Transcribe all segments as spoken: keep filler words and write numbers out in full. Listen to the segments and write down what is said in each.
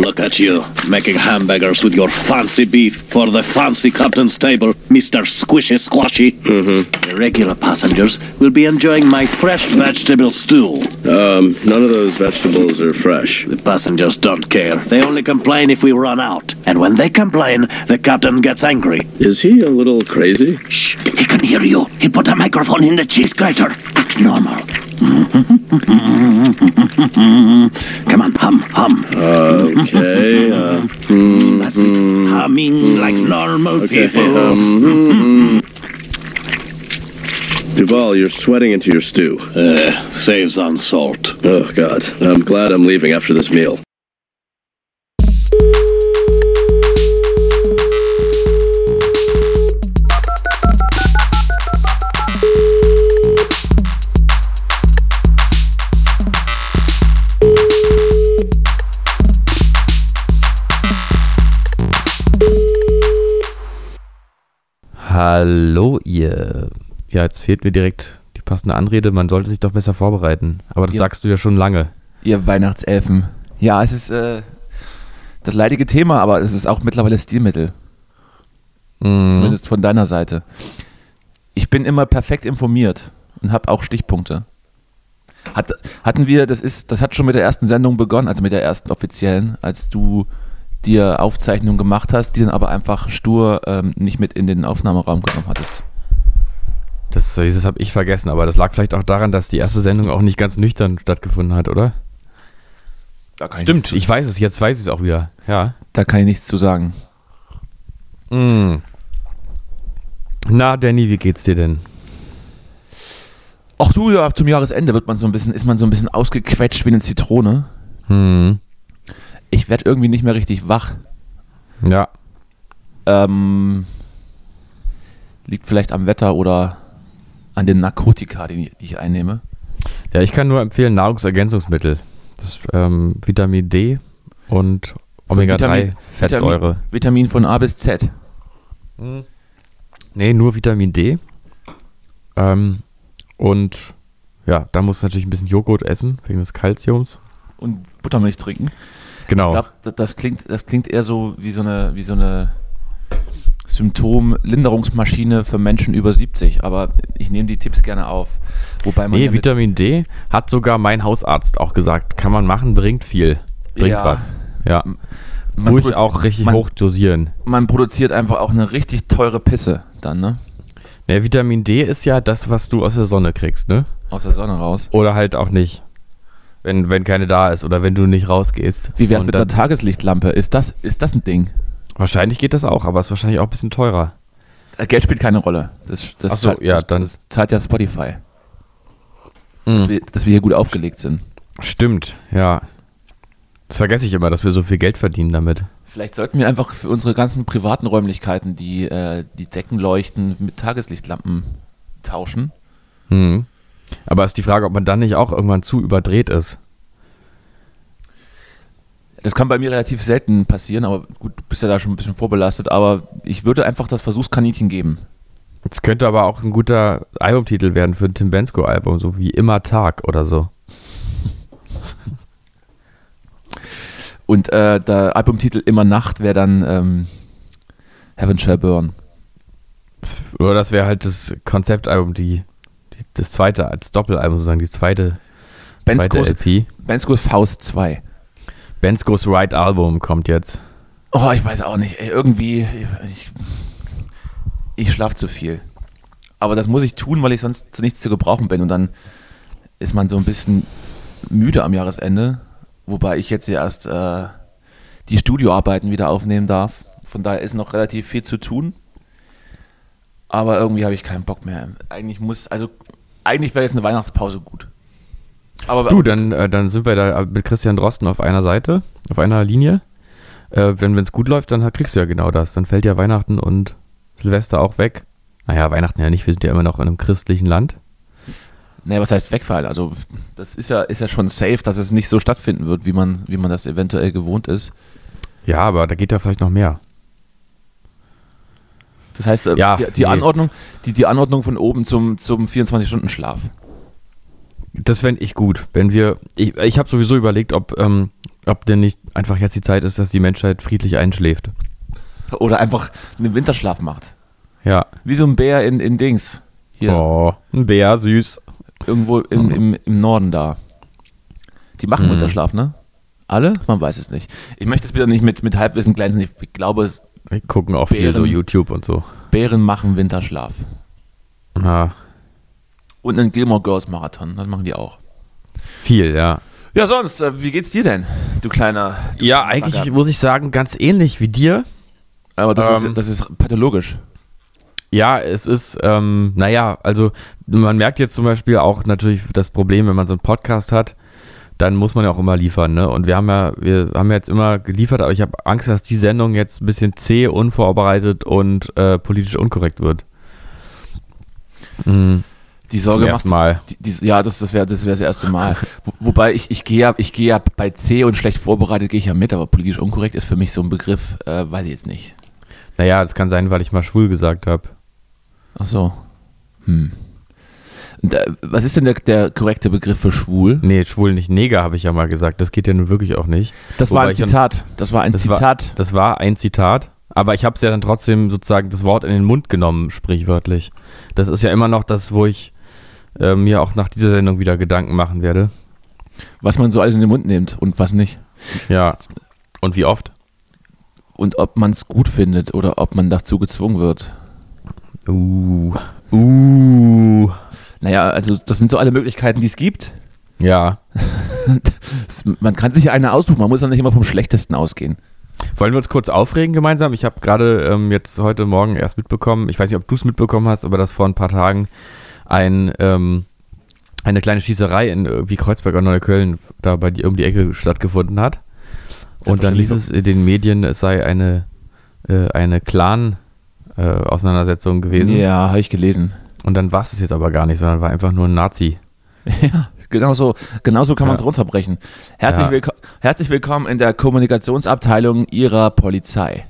Look at you, making hamburgers with your fancy beef for the fancy captain's table, Mister Squishy Squashy. Mm-hmm. The regular passengers will be enjoying my fresh vegetable stew. Um, none of those vegetables are fresh. The passengers don't care. They only complain if we run out. And when they complain, the captain gets angry. Is he a little crazy? Shh, he can hear you. He put a microphone in the cheese grater. Act normal. Come on, hum, hum. Okay. Uh, mm, That's it. mm, Humming like normal okay. people. Um, mm, mm. Duval, you're sweating into your stew. Uh, saves on salt. Oh, God. I'm glad I'm leaving after this meal. Hallo ihr. Ja, jetzt fehlt mir direkt die passende Anrede. Man sollte sich doch besser vorbereiten. Aber das Ja. sagst du ja schon lange. Ihr Weihnachtselfen. Ja, es ist äh, das leidige Thema, aber es ist auch mittlerweile Stilmittel. Mhm. Zumindest von deiner Seite. Ich bin immer perfekt informiert und habe auch Stichpunkte. Hat, hatten wir, das ist, das hat schon mit der ersten Sendung begonnen, also mit der ersten offiziellen, als du dir Aufzeichnungen gemacht hast, die dann aber einfach stur ähm, nicht mit in den Aufnahmeraum genommen hattest. Das, das habe ich vergessen, aber das lag vielleicht auch daran, dass die erste Sendung auch nicht ganz nüchtern stattgefunden hat, oder? Da kann Stimmt, ich, ich weiß es, jetzt weiß ich es auch wieder. Ja. da kann ich nichts zu sagen. Mm. Na, Danny, wie geht's dir denn? Ach du, ja, zum Jahresende wird man so ein bisschen, ist man so ein bisschen ausgequetscht wie eine Zitrone. Hm. Ich werde irgendwie nicht mehr richtig wach. Ja. Ähm, liegt vielleicht am Wetter oder an den Narkotika, die, die ich einnehme. Ja, ich kann nur empfehlen, Nahrungsergänzungsmittel. Das ist ähm, Vitamin D und Omega drei Fettsäure. Vitamin, Vitamin von A bis Z. Mhm. Nee, nur Vitamin D. Ähm, und ja, da musst du natürlich ein bisschen Joghurt essen, wegen des Kalziums. Und Buttermilch trinken. Genau. Ich glaube, das, das, klingt, das klingt eher so wie so eine, wie so eine Symptomlinderungsmaschine für Menschen über siebzig, aber ich nehme die Tipps gerne auf. Wobei man Nee, ja mit- Vitamin D hat sogar mein Hausarzt auch gesagt, kann man machen, bringt viel. Bringt Ja. was. Ja. man Ruhig produ- auch richtig man, hoch dosieren. Man produziert einfach auch eine richtig teure Pisse dann, ne? Ja, Vitamin D ist ja das, was du aus der Sonne kriegst, ne? Aus der Sonne raus. Oder halt auch nicht. Wenn, wenn keine da ist oder wenn du nicht rausgehst. Wie wär's Und mit dann- einer Tageslichtlampe? Ist das, ist das ein Ding? Wahrscheinlich geht das auch, aber ist wahrscheinlich auch ein bisschen teurer. Äh, Geld spielt keine Rolle. Das, das, Ach so, zahlt, ja, das, dann- das zahlt ja Spotify. Mhm. Dass, wir, dass wir hier gut aufgelegt sind. Stimmt, ja. Das vergesse ich immer, dass wir so viel Geld verdienen damit. Vielleicht sollten wir einfach für unsere ganzen privaten Räumlichkeiten die, äh, die Deckenleuchten mit Tageslichtlampen tauschen. Mhm. Aber ist die Frage, ob man dann nicht auch irgendwann zu überdreht ist. Das kann bei mir relativ selten passieren, aber gut, du bist ja da schon ein bisschen vorbelastet, aber ich würde einfach das Versuchskaninchen geben. Das könnte aber auch ein guter Albumtitel werden für ein Tim Bensko-Album, so wie Immer Tag oder so. Und äh, der Albumtitel Immer Nacht wäre dann ähm, Heaven Shall Burn. Das, oder das wäre halt das Konzeptalbum, die, die, das zweite, als Doppelalbum sozusagen, die zweite, zweite Benskos, L P. Benskos Faust zwei. Benskos Right Album kommt jetzt. Oh, ich weiß auch nicht. Ey, irgendwie, ich, ich schlafe zu viel. Aber das muss ich tun, weil ich sonst zu nichts zu gebrauchen bin. Und dann ist man so ein bisschen müde am Jahresende. Wobei ich jetzt ja erst äh, die Studioarbeiten wieder aufnehmen darf. Von daher ist noch relativ viel zu tun. Aber irgendwie habe ich keinen Bock mehr. Eigentlich muss, also eigentlich wäre jetzt eine Weihnachtspause gut. Aber Du, dann, äh, dann sind wir da mit Christian Drosten auf einer Seite, auf einer Linie. Äh, wenn es gut läuft, dann kriegst du ja genau das. Dann fällt ja Weihnachten und Silvester auch weg. Naja, Weihnachten ja nicht, wir sind ja immer noch in einem christlichen Land. Nee, was heißt Wegfall? Also das ist ja, ist ja schon safe, dass es nicht so stattfinden wird, wie man, wie man das eventuell gewohnt ist. Ja, aber da geht ja vielleicht noch mehr. Das heißt, äh, Ja, die, die, nee. Anordnung, die, die Anordnung von oben zum, zum vierundzwanzig-Stunden-Schlaf. Das fände ich gut, wenn wir, ich, ich habe sowieso überlegt, ob ähm, ob denn nicht einfach jetzt die Zeit ist, dass die Menschheit friedlich einschläft. Oder einfach einen Winterschlaf macht. Ja. Wie so ein Bär in, in Dings. Hier. Oh, ein Bär, süß. Irgendwo im, im, im Norden da. Die machen Mhm. Winterschlaf, ne? Alle? Man weiß es nicht. Ich möchte es wieder nicht mit, mit Halbwissen glänzen. Ich, ich glaube, es- Wir gucken auch viel Bären. so YouTube und so. Bären machen Winterschlaf. Ja, Und einen Gilmore Girls Marathon. Das machen die auch. viel, ja. Ja, sonst, äh, wie geht's dir denn, du kleiner. Du Ja, kleiner eigentlich Bagger? muss ich sagen, ganz ähnlich wie dir. Aber das, ähm, ist, das ist pathologisch. Ja, es ist, ähm, naja, also man merkt jetzt zum Beispiel auch natürlich das Problem, wenn man so einen Podcast hat, dann muss man ja auch immer liefern, ne? Und wir haben ja, wir haben ja jetzt immer geliefert, aber ich habe Angst, dass die Sendung jetzt ein bisschen zäh, unvorbereitet und äh, politisch unkorrekt wird. Mhm. Die Sorge Zum machst ersten Mal. Die, die, ja, das, das wäre das, wär das erste Mal. Wo, wobei ich, ich gehe ja, ich gehe ja bei C und schlecht vorbereitet gehe ich ja mit, aber politisch unkorrekt ist für mich so ein Begriff, äh, weiß ich jetzt nicht. Naja, das kann sein, weil ich mal schwul gesagt habe. Ach so. Hm. Und, äh, was ist denn der, der korrekte Begriff für schwul? Nee, schwul nicht, Neger habe ich ja mal gesagt. Das geht ja nun wirklich auch nicht. Das Wobei war ein ich dann- Zitat. Das war ein Das war- Zitat. Das war ein Zitat, aber ich habe es ja dann trotzdem sozusagen das Wort in den Mund genommen, sprichwörtlich. Das ist ja immer noch das, wo ich äh, mir auch nach dieser Sendung wieder Gedanken machen werde. Was man so alles in den Mund nimmt und was nicht. Ja. Und wie oft? Und ob man es gut findet oder ob man dazu gezwungen wird. Uh. Uh. Naja, also das sind so alle Möglichkeiten, die es gibt. Ja. Das- Man kann sich eine aussuchen, man muss ja nicht immer vom Schlechtesten ausgehen. Wollen wir uns kurz aufregen gemeinsam? Ich habe gerade ähm, jetzt heute Morgen erst mitbekommen, ich weiß nicht, ob du es mitbekommen hast, aber dass vor ein paar Tagen ein, ähm, eine kleine Schießerei in irgendwie Kreuzberg oder Neukölln da bei dir um die Ecke stattgefunden hat. Und dann hieß es in den Medien, es sei eine, äh, eine Clan-Auseinandersetzung gewesen. Ja, habe ich gelesen. Und dann war es jetzt aber gar nicht, sondern war einfach nur ein Nazi. Ja, genau so, genau so kann man es Ja. runterbrechen. Herzlich, Ja. willko- herzlich willkommen in der Kommunikationsabteilung Ihrer Polizei.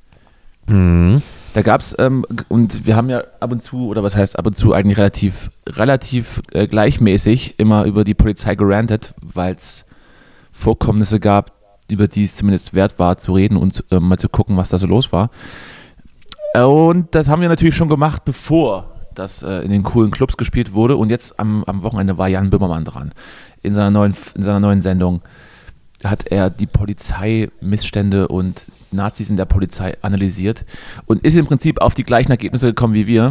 Mhm. Da gab es, ähm, g- und wir haben ja ab und zu, oder was heißt ab und zu, eigentlich relativ, relativ äh, gleichmäßig immer über die Polizei gerantet, weil es Vorkommnisse gab, über die es zumindest wert war zu reden und äh, mal zu gucken, was da so los war. Äh, Und das haben wir natürlich schon gemacht, bevor das äh, in den coolen Clubs gespielt wurde. Und jetzt am, am Wochenende war Jan Böhmermann dran. In seiner neuen, in seiner neuen Sendung hat er die Polizeimissstände und Nazis in der Polizei analysiert und ist im Prinzip auf die gleichen Ergebnisse gekommen wie wir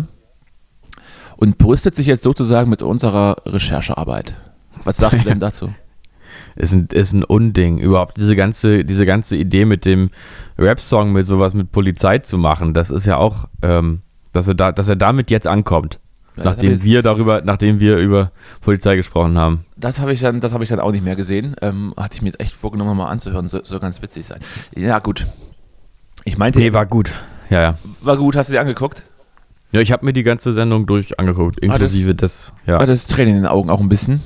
und brüstet sich jetzt sozusagen mit unserer Recherchearbeit. Was sagst du denn dazu? Ist ein, ist ein Unding. Überhaupt diese ganze, diese ganze Idee mit dem Rap-Song mit sowas mit Polizei zu machen, das ist ja auch, ähm, dass er da, dass er damit jetzt ankommt. Ja, das nachdem hab ich- wir darüber, nachdem wir über Polizei gesprochen haben. Das habe ich dann, das habe ich dann auch nicht mehr gesehen. Ähm, hatte ich mir echt vorgenommen, mal anzuhören. Soll, soll ganz witzig sein. Ja, gut. Ich meinte, Nee, war gut. Ja, ja. war gut. Hast du dir angeguckt? Ja, ich habe mir die ganze Sendung durch angeguckt, inklusive des, ja. Ah, das ist Tränen in den Augen auch ein bisschen.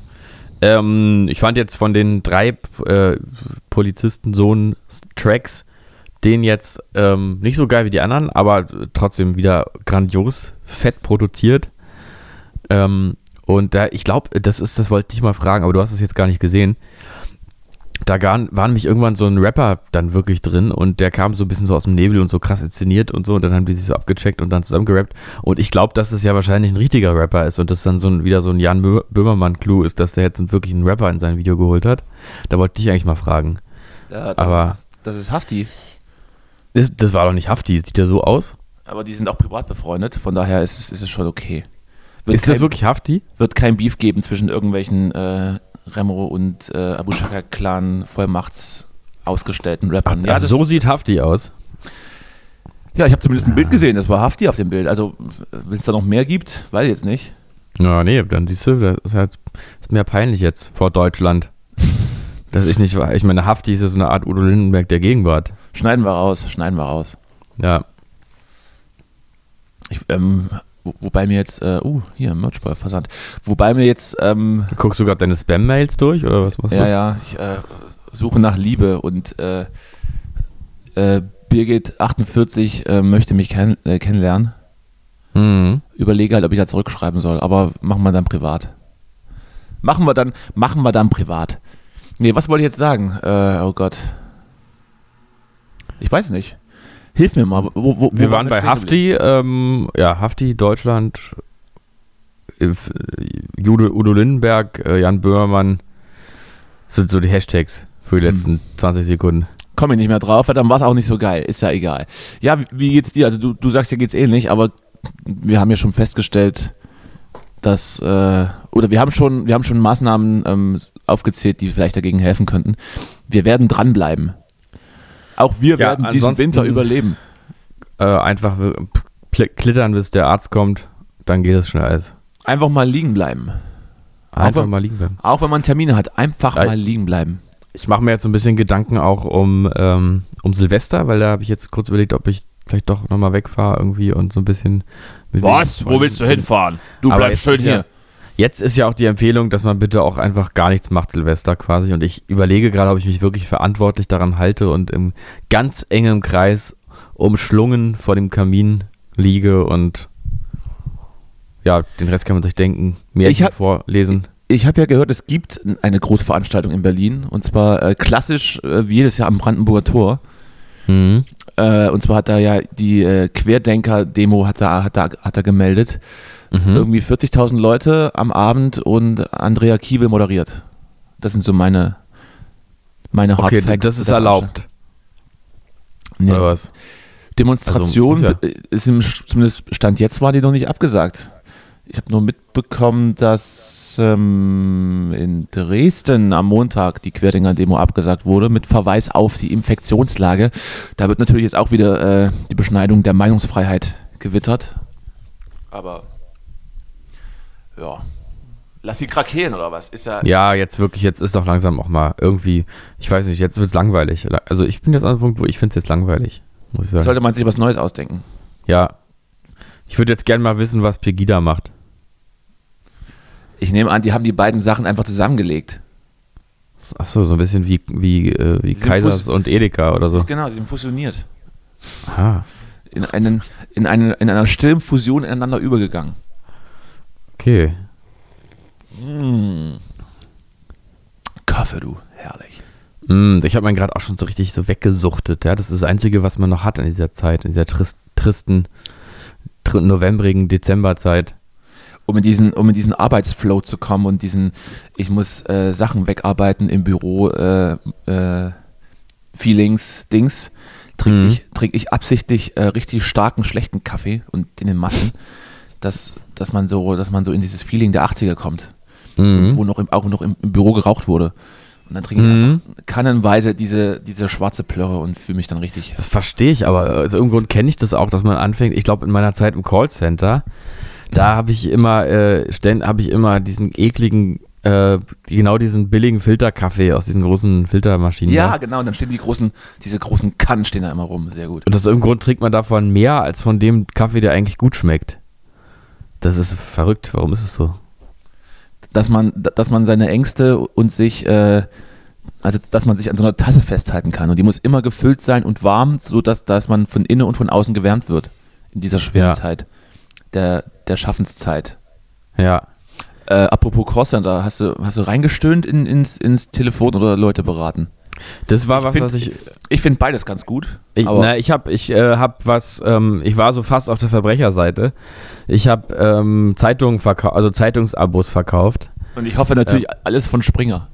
Ähm, ich fand jetzt von den drei äh, Polizistensohn-Tracks den jetzt ähm, nicht so geil wie die anderen, aber trotzdem wieder grandios, fett produziert. Ähm, und da, ich glaube, das ist, das wollte ich mal fragen, aber du hast es jetzt gar nicht gesehen. Da gar, war nämlich irgendwann so ein Rapper dann wirklich drin und der kam so ein bisschen so aus dem Nebel und so krass inszeniert und so und dann haben die sich so abgecheckt und dann zusammengerappt und ich glaube, dass es ja wahrscheinlich ein richtiger Rapper ist und das dann so ein, wieder so ein Jan Bö- Böhmermann-Clou ist, dass der jetzt wirklich einen Rapper in sein Video geholt hat. Da wollte ich eigentlich mal fragen. Ja, das Aber- ist, das ist Hafti. Das, das war doch nicht Hafti, sieht der so aus? Aber die sind auch privat befreundet, von daher ist es, ist es schon okay. Wird Ist kein, das wirklich Hafti? wird kein Beef geben zwischen irgendwelchen äh, Remo und äh, Abu Shaka-Clan Vollmachts-ausgestellten Rappern. Ja, das- so sieht Hafti aus. ja, ich habe zumindest ein Bild gesehen, das war Hafti auf dem Bild. Also, wenn es da noch mehr gibt, weiß ich jetzt nicht. Na, nee, dann siehst du, das ist halt ist mehr peinlich jetzt vor Deutschland. Dass ich nicht war. Ich meine, Hafti ist ja so eine Art Udo Lindenberg der Gegenwart. Schneiden wir raus, schneiden wir raus. Ja. Ich, ähm, wo, wobei mir jetzt, äh, uh, hier, Merchball, Versand. Wobei mir jetzt, ähm, Guckst du gerade deine Spam-Mails durch oder was machst du? ja, ja, ich äh, suche nach Liebe und äh, äh, Birgit achtundvierzig äh, möchte mich kenn äh, kennenlernen. Mhm. Überlege halt, ob ich da zurückschreiben soll, aber machen wir dann privat. Machen wir dann, machen wir dann privat. Nee, was wollte ich jetzt sagen? Äh, oh Gott. Ich weiß nicht. Hilf mir mal. Wo, wo, Wir wo waren bei stehen Hafti, ähm, ja, Hafti, Deutschland, äh, Jude, Udo Lindenberg, äh, Jan Böhmermann, das sind so die Hashtags für die letzten hm. zwanzig Sekunden. Komme ich nicht mehr drauf, dann war es auch nicht so geil, ist ja egal. Ja, wie, wie geht's dir? Also du, du sagst, dir geht's ähnlich, aber wir haben ja schon festgestellt, dass, äh, oder wir haben schon, wir haben schon Maßnahmen ähm, aufgezählt, die vielleicht dagegen helfen könnten. Wir werden dranbleiben. Auch wir Ja, werden diesen ansonsten- Winter überleben. Äh, einfach kl- klittern, bis der Arzt kommt, dann geht es schnell alles. Einfach mal liegen bleiben. Einfach wenn- mal liegen bleiben. Auch wenn man Termine hat, einfach Ja. mal liegen bleiben. Ich mache mir jetzt so ein bisschen Gedanken auch um, ähm, um Silvester, weil da habe ich jetzt kurz überlegt, ob ich vielleicht doch nochmal wegfahre irgendwie und so ein bisschen... mit wegen- hinfahren? Du Aber jetzt ist Ja, jetzt ist ja auch die Empfehlung, dass man bitte auch einfach gar nichts macht, Silvester quasi. Und ich überlege gerade, ob ich mich wirklich verantwortlich daran halte und im ganz engem Kreis umschlungen vor dem Kamin liege und ja, den Rest kann man sich denken, Märchen Ich hab- vorlesen. Ich habe ja gehört, es gibt eine Großveranstaltung in Berlin und zwar äh, klassisch äh, wie jedes Jahr am Brandenburger Tor. Mhm. Äh, und zwar hat da ja die äh, Querdenker-Demo hat da, hat da, hat da gemeldet. Mhm. Irgendwie vierzigtausend Leute am Abend und Andrea Kiewel moderiert. Das sind so meine, meine Hard Okay, Facts. das ist der erlaubt. Nee. Oder was? Demonstration Also, äh, ist im, zumindest Stand jetzt war die noch nicht abgesagt. Ich habe nur mitbekommen, dass ähm, in Dresden am Montag die Querdenker-Demo abgesagt wurde, mit Verweis auf die Infektionslage. Da wird natürlich jetzt auch wieder äh, die Beschneidung der Meinungsfreiheit gewittert. Aber ja, lass sie krakeelen oder was? Ist ja, Ja, jetzt wirklich, jetzt ist doch langsam auch mal irgendwie, ich weiß nicht, jetzt wird es langweilig. Also ich bin jetzt an einem Punkt, wo ich finde es jetzt langweilig, muss ich sagen. sollte man sich was Neues ausdenken. Ja, ich würde jetzt gerne mal wissen, was Pegida macht. Ich nehme an, die haben die beiden Sachen einfach zusammengelegt. Achso, so ein bisschen wie, wie, äh, wie sind Kaisers Fuß- und Edeka oder so. Genau, die sind fusioniert. Aha, In, einen, in, eine, in einer stillen Fusion ineinander übergegangen. okay. Mmh. Kaffee, du, herrlich. Mm, ich habe meinen gerade auch schon so richtig so weggesuchtet. Ja? Das ist das Einzige, was man noch hat in dieser Zeit, in dieser trist, tristen, tr- novembrigen Dezemberzeit. Um in diesen, um in diesen Arbeitsflow zu kommen und diesen, ich muss äh, Sachen wegarbeiten im Büro, äh, äh, Feelings, Dings, trinke Mhm. ich, trink ich absichtlich äh, richtig starken, schlechten Kaffee und in den Massen, dass, dass man so, dass man so in dieses Feeling der achtziger kommt, Mhm. wo noch im, auch noch im, im Büro geraucht wurde. Und dann trinke ich Mhm. einfach kannenweise diese, diese schwarze Plörre und fühle mich dann richtig. Das verstehe ich, aber aus irgendeinem Grund kenne ich das auch, dass man anfängt, ich glaube in meiner Zeit im Callcenter, da habe ich immer, äh, habe ich immer diesen ekligen, äh, genau diesen billigen Filterkaffee aus diesen großen Filtermaschinen. Ja, da. genau, und dann stehen die großen, diese großen Kannen stehen da immer rum, sehr gut. Und aus irgendeinem Grund trinkt man davon mehr als von dem Kaffee, der eigentlich gut schmeckt. Das ist verrückt, warum ist es so? Dass man, dass man seine Ängste und sich, äh, also dass man sich an so einer Tasse festhalten kann und die muss immer gefüllt sein und warm, sodass dass man von innen und von außen gewärmt wird in dieser schweren Ja. Zeit der, der Schaffenszeit. Ja. Äh, apropos Callcenter, hast du, hast du reingestöhnt in, ins, ins Telefon oder Leute beraten? Das war was, find- was ich. Ich finde beides ganz gut. Ich, aber na, ich habe ich, äh, hab was, ähm, ich war so fast auf der Verbrecherseite. Ich habe ähm, Zeitungen verkauft, also Zeitungsabos verkauft. und ich hoffe natürlich alles von Springer.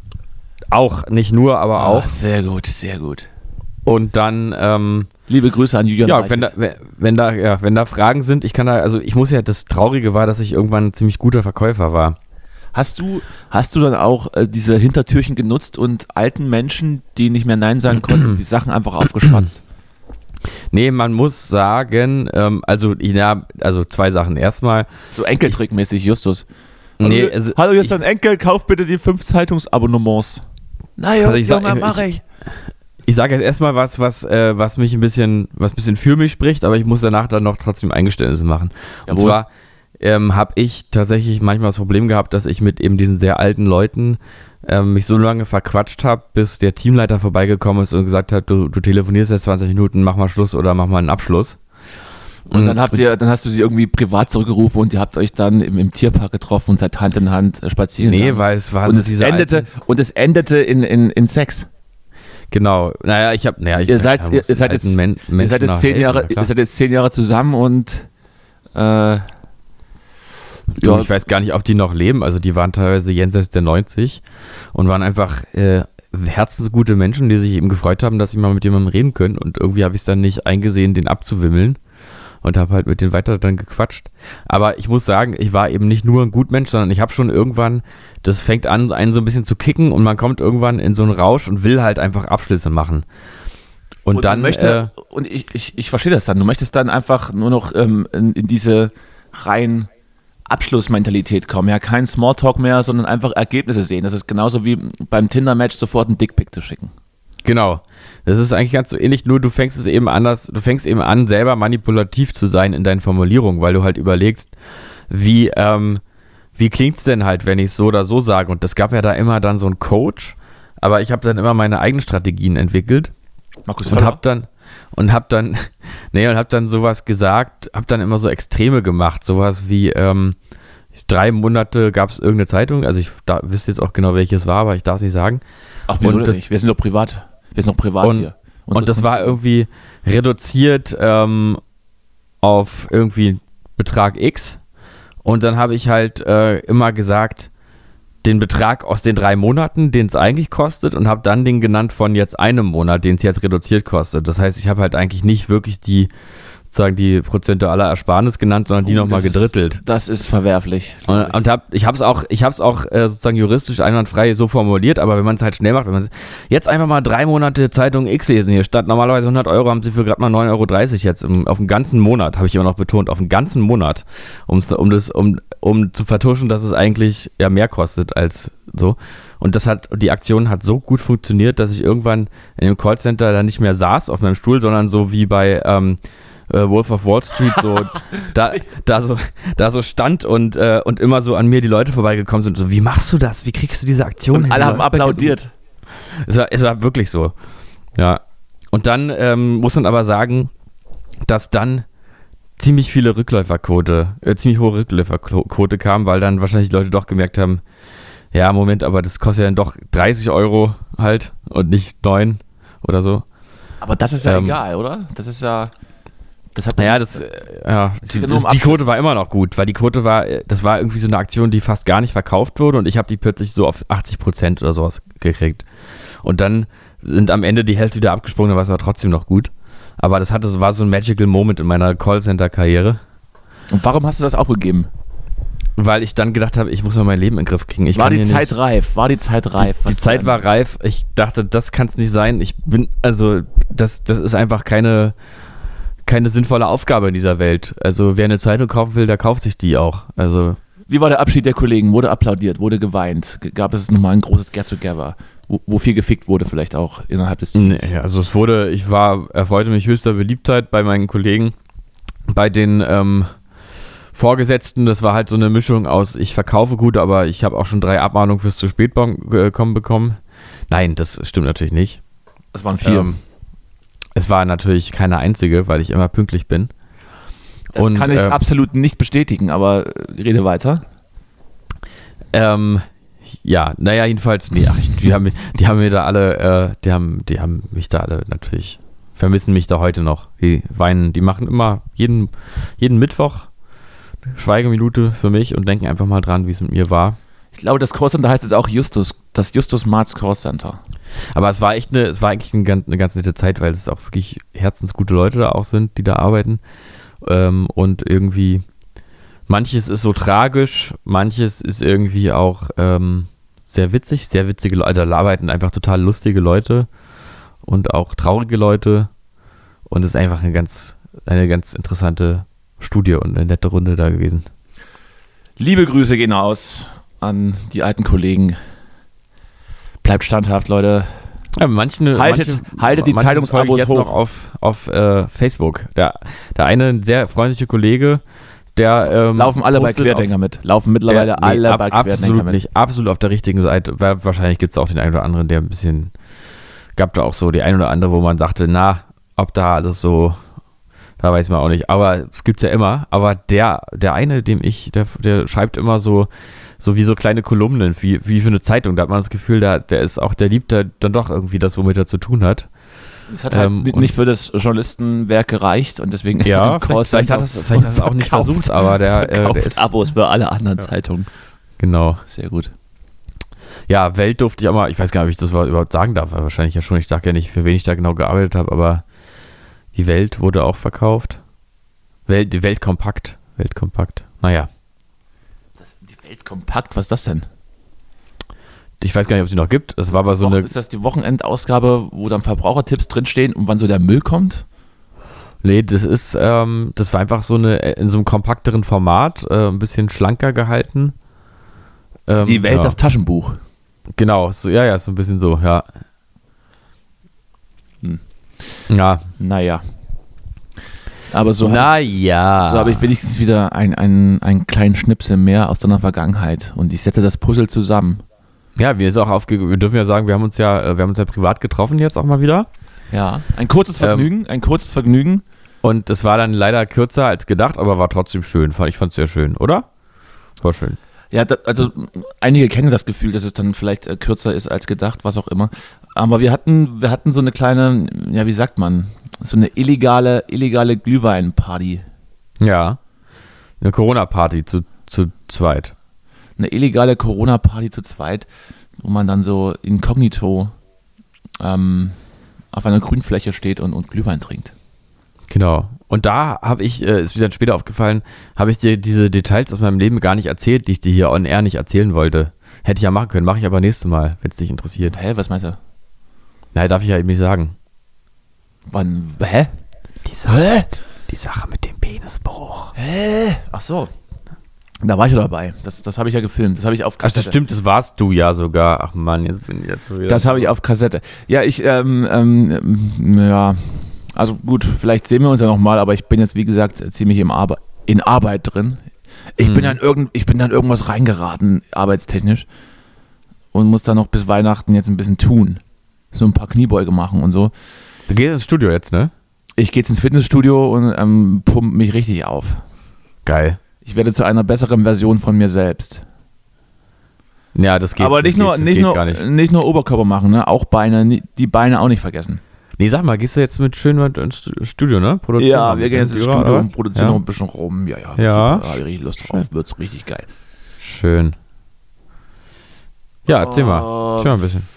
Auch, nicht nur, aber auch. Ah, sehr gut, sehr gut. Und dann, ähm, Liebe Grüße an Julian ja, wenn da, Reichelt. wenn, wenn da, ja, wenn da Fragen sind, ich kann da, also ich muss ja, das Traurige war, dass ich irgendwann ein ziemlich guter Verkäufer war. Hast du, hast du dann auch äh, diese Hintertürchen genutzt und alten Menschen, die nicht mehr Nein sagen konnten, die Sachen einfach aufgeschwatzt? Nee, man muss sagen, ähm, also, ja, also zwei Sachen. Erstmal, So Enkeltrickmäßig, Justus. nee, Hallo, also, hallo, hier ist dein Enkel, kauf bitte die fünf Zeitungsabonnements. Na ja, Also ich sag- Junge, ich- mach ich. ich sage jetzt erstmal was, was, äh, was mich ein bisschen, was ein bisschen für mich spricht, aber ich muss danach dann noch trotzdem Eingeständnisse machen. Und Jawohl. zwar ähm, habe ich tatsächlich manchmal das Problem gehabt, dass ich mit eben diesen sehr alten Leuten ähm, mich so lange verquatscht habe, bis der Teamleiter vorbeigekommen ist und gesagt hat, du, du telefonierst jetzt zwanzig Minuten, mach mal Schluss oder mach mal einen Abschluss. Und dann habt ihr, dann hast du sie irgendwie privat zurückgerufen und ihr habt euch dann im, im Tierpark getroffen und seid Hand in Hand spazieren Nee, gegangen. weil es war und so es diese endete alten, Und es endete in, in, in Sex. Genau, naja, ich habe, naja, ich Ihr seid, ja, ihr, muss ihr den seid alten jetzt, Men- ihr Menschen seid jetzt noch zehn helfen, Jahre, ja, klar. ihr seid jetzt zehn Jahre zusammen und äh, Du, ja, ich weiß gar nicht, ob die noch leben. Also die waren teilweise jenseits der neunzig und waren einfach äh, herzensgute Menschen, die sich eben gefreut haben, dass sie mal mit jemandem reden können. Und irgendwie habe ich es dann nicht eingesehen, den abzuwimmeln und habe halt mit denen weiter dann gequatscht. Aber ich muss sagen, ich war eben nicht nur ein Gutmensch, sondern ich habe schon irgendwann, das fängt an, einen so ein bisschen zu kicken und man kommt irgendwann in so einen Rausch und will halt einfach Abschlüsse machen. Und, und dann, möchte, äh, und ich, ich, ich verstehe das dann. Du möchtest dann einfach nur noch ähm, in, in diese rein Abschlussmentalität kommen. Ja, kein Smalltalk mehr, sondern einfach Ergebnisse sehen. Das ist genauso wie beim Tinder-Match sofort einen Dickpic zu schicken. Genau. Das ist eigentlich ganz so ähnlich, nur du fängst es eben anders, du fängst eben an, selber manipulativ zu sein in deinen Formulierungen, weil du halt überlegst, wie, ähm, wie klingt's denn halt, wenn ich es so oder so sage. Und es gab ja da immer dann so einen Coach, aber ich habe dann immer meine eigenen Strategien entwickelt. Markus Und hab dann und hab dann nee und hab dann sowas gesagt, hab dann immer so Extreme gemacht, sowas wie ähm, drei Monate gab es irgendeine Zeitung, also ich da, wüsste jetzt auch genau welches war, aber ich darf es nicht sagen. Ach, wieso und das, nicht? Wir sind doch privat. Wir sind doch privat und, hier. Und, Unsere- das war irgendwie reduziert ähm, auf irgendwie Betrag X und dann habe ich halt äh, immer gesagt, den Betrag aus den drei Monaten, den es eigentlich kostet und habe dann den genannt von jetzt einem Monat, den es jetzt reduziert kostet. Das heißt, ich habe halt eigentlich nicht wirklich die, sozusagen die prozentuale Ersparnis genannt, sondern die Oh, nochmal das ist- gedrittelt. Das ist verwerflich. Und, und hab, ich habe es auch, ich hab's auch äh, sozusagen juristisch einwandfrei so formuliert, aber wenn man es halt schnell macht, wenn man jetzt einfach mal drei Monate Zeitung X lesen hier, statt normalerweise hundert Euro haben sie für gerade mal neun Euro dreißig jetzt im, auf den ganzen Monat, habe ich immer noch betont, auf den ganzen Monat, um's, um das, um, um zu vertuschen, dass es eigentlich ja mehr kostet als so. Und das hat, die Aktion hat so gut funktioniert, dass ich irgendwann in dem Callcenter da nicht mehr saß auf meinem Stuhl, sondern so wie bei ähm, äh, Wolf of Wall Street so da, da so da so stand und, äh, und immer so an mir die Leute vorbeigekommen sind. So, wie machst du das? Wie kriegst du diese Aktion Und hin? alle haben Läuft bei dir so? applaudiert. Es war, es war wirklich so. Ja. Und dann ähm, muss man aber sagen, dass dann ziemlich viele Rückläuferquote, äh, ziemlich hohe Rückläuferquote kam, weil dann wahrscheinlich die Leute doch gemerkt haben, ja, Moment, aber das kostet ja dann doch dreißig Euro halt und nicht neun oder so. Aber das ist ja Ähm, egal, oder? Das ist ja. Das hat Naja, das, äh, ja, die, geht nur um das, die Abschluss. Quote war immer noch gut, weil die Quote war, äh, das war irgendwie so eine Aktion, die fast gar nicht verkauft wurde und ich habe die plötzlich so auf achtzig Prozent oder sowas gekriegt. Und dann sind am Ende die Hälfte wieder abgesprungen, dann war es aber trotzdem noch gut. Aber das hatte, war so ein magical Moment in meiner Callcenter-Karriere, Und warum hast du das aufgegeben? weil ich dann gedacht habe, ich muss mal mein Leben in den Griff kriegen. Ich War kann die hier Zeit nicht, reif? War die Zeit reif? Die Was Zeit denn? war reif. Ich dachte, das kann es nicht sein. Ich bin, also, das, das ist einfach keine, keine sinnvolle Aufgabe in dieser Welt. Also, wer eine Zeitung kaufen will, der kauft sich die auch. Also, Wie war der Abschied der Kollegen? Wurde applaudiert? Wurde geweint? G- Gab es nochmal ein großes Get-Together? Wo, wo viel gefickt wurde vielleicht auch innerhalb des Teams? nee, also es wurde, ich war, erfreute mich höchster Beliebtheit bei meinen Kollegen, bei den ähm, Vorgesetzten. Das war halt so eine Mischung aus, ich verkaufe gut, aber ich habe auch schon drei Abmahnungen fürs zu spät äh, kommen bekommen. Nein, das stimmt natürlich nicht. Das waren vier. Ähm, es war natürlich keine einzige, weil ich immer pünktlich bin. das und, kann ich äh, absolut nicht bestätigen, aber äh, rede weiter. Ähm, ja, naja, jedenfalls, nee, ach, ich, die, haben, mi- die haben mir da alle, äh, die haben, die haben mich da alle natürlich, vermissen mich da heute noch. Die weinen, die machen immer jeden, jeden Mittwoch Schweigeminute für mich und denken einfach mal dran, wie es mit mir war. Ich glaube, das Callcenter heißt jetzt auch Justus, das Justus Marz Callcenter. Aber es war echt eine, es war eigentlich eine ganz, eine ganz nette Zeit, weil es auch wirklich herzensgute Leute da auch sind, die da arbeiten. Ähm, und irgendwie, manches ist so tragisch, manches ist irgendwie auch ähm, sehr witzig, sehr witzige Leute. Da arbeiten einfach total lustige Leute und auch traurige Leute. Und es ist einfach eine ganz, eine ganz interessante Studie und eine nette Runde da gewesen. Liebe Grüße gehen aus an die alten Kollegen. Bleibt standhaft, Leute. Ja, manche, Haltet- manche, haltet die manche Zeitungsabos folge ich jetzt hoch. noch auf, auf äh, Facebook. Der, der eine, ein sehr freundliche Kollege, der ähm, Laufen alle bei postet Querdenker auf, mit. Laufen mittlerweile der, nee, alle ab, bei Querdenker absolut mit. nicht, absolut auf der richtigen Seite. Weil wahrscheinlich gibt es auch den einen oder anderen, der ein bisschen, gab da auch so die ein oder andere, wo man dachte, na, ob da alles so, Da weiß man auch nicht. Aber es gibt's ja immer. Aber der, der eine, dem ich, der, der schreibt immer so, so wie so kleine Kolumnen, wie, wie für eine Zeitung. Da hat man das Gefühl, der, der ist auch, der liebt da dann doch irgendwie das, womit er zu tun hat. Es hat halt Ähm, nicht für das Journalistenwerk gereicht und deswegen Ja, vielleicht, vielleicht hat es vielleicht hat es auch nicht versucht, aber der, äh, der ist Abos für alle anderen Zeitungen. genau. Sehr gut. Ja, Welt durfte ich auch mal, ich weiß gar nicht, ob ich das überhaupt sagen darf, aber wahrscheinlich ja schon. Ich sage ja nicht, für wen ich da genau gearbeitet habe, aber die Welt wurde auch verkauft. Welt, die Welt kompakt. Welt kompakt. Naja, Das, die Welt kompakt, was ist das denn? ich weiß gar nicht, ob es die noch gibt. Es war aber so Wochen, eine. ist das die Wochenendausgabe, wo dann Verbrauchertipps drinstehen und wann so der Müll kommt? Nee, das ist, ähm, das war einfach so eine, in so einem kompakteren Format, äh, ein bisschen schlanker gehalten. Ähm, Die Welt, ja. das Taschenbuch. Genau, so, ja, ja, so ein bisschen so, ja. Hm. Ja. Naja. Aber so, hab, Naja. so habe ich wenigstens wieder ein, ein, einen kleinen Schnipsel mehr aus deiner Vergangenheit und ich setze das Puzzle zusammen. Ja, wir, ist auch aufge wir dürfen ja sagen, wir haben uns ja, äh, wir haben uns ja privat getroffen jetzt auch mal wieder. Ja, ein kurzes Vergnügen, ein kurzes Vergnügen. Und das war dann leider kürzer als gedacht, aber war trotzdem schön. Ich fand es sehr schön, oder? War schön. Ja, da, also einige kennen das Gefühl, dass es dann vielleicht äh, kürzer ist als gedacht, was auch immer. Aber wir hatten, wir hatten so eine kleine, ja, wie sagt man, so eine illegale, illegale Glühwein-Party. Ja. Eine Corona-Party zu, zu zweit. Eine illegale Corona-Party zu zweit, wo man dann so inkognito ähm, auf einer Grünfläche steht und, und Glühwein trinkt. Genau. Und da habe ich, äh, ist mir dann später aufgefallen, habe ich dir diese Details aus meinem Leben gar nicht erzählt, die ich dir hier on air nicht erzählen wollte. Hätte ich ja machen können, mache ich aber nächstes Mal, wenn es dich interessiert. Hä, was meinst du? Nein, darf ich ja eben nicht sagen. Wann, hä? Die Sache, die Sache mit dem Penisbruch. Hä? Ach so. Da war ich ja dabei. Das, das habe ich ja gefilmt. Das habe ich auf Ach, das stimmt, das warst du ja sogar. Ach Mann, jetzt bin ich jetzt so wieder. Das habe ich auf Kassette. Ja, ich, ähm, ähm, ja, also gut, vielleicht sehen wir uns ja nochmal, aber ich bin jetzt, wie gesagt, ziemlich im Arbe- in Arbeit drin. Ich, Mhm. bin dann irgend, ich bin dann irgendwas reingeraten, arbeitstechnisch. Und muss dann noch bis Weihnachten jetzt ein bisschen tun. So ein paar Kniebeuge machen und so. Du gehst ins Studio jetzt, ne? Ich gehe jetzt ins Fitnessstudio und ähm, pump mich richtig auf. Geil. Ich werde zu einer besseren Version von mir selbst. Ja, das geht. aber das nicht, geht, nur, das nicht, geht nur, gar nicht. nicht nur Oberkörper machen, ne? Auch Beine, ni- die Beine auch nicht vergessen. Nee, sag mal, gehst du jetzt mit schön mit ins Studio, ne? Produzieren Ja, mal ein wir gehen jetzt bisschen ins Syrer, Studio oder und was? produzieren Ja. noch ein bisschen rum. Ja, ja. Ja. Super, da hab ich richtig Lust drauf. Wird's richtig geil. Schön. Ja, erzähl mal. Erzähl mal ein bisschen.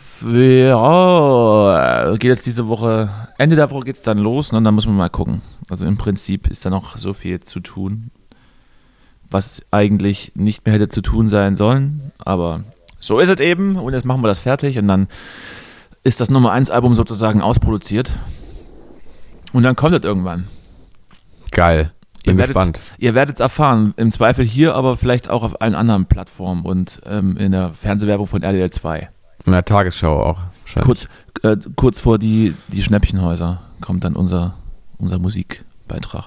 Ja, geht jetzt diese Woche, Ende der Woche geht's dann los, ne? Und dann muss man mal gucken. Also im Prinzip ist da noch so viel zu tun, was eigentlich nicht mehr hätte zu tun sein sollen, aber so ist es eben und jetzt machen wir das fertig und dann ist das Nummer eins Album sozusagen ausproduziert und dann kommt es irgendwann. Geil. Bin Ihr werdet- gespannt. Ihr werdet es erfahren, im Zweifel hier, aber vielleicht auch auf allen anderen Plattformen und ähm, in der Fernsehwerbung von R T L zwei. In der Tagesschau auch. wahrscheinlich. Kurz, äh, kurz vor die, die Schnäppchenhäuser kommt dann unser, unser Musikbeitrag.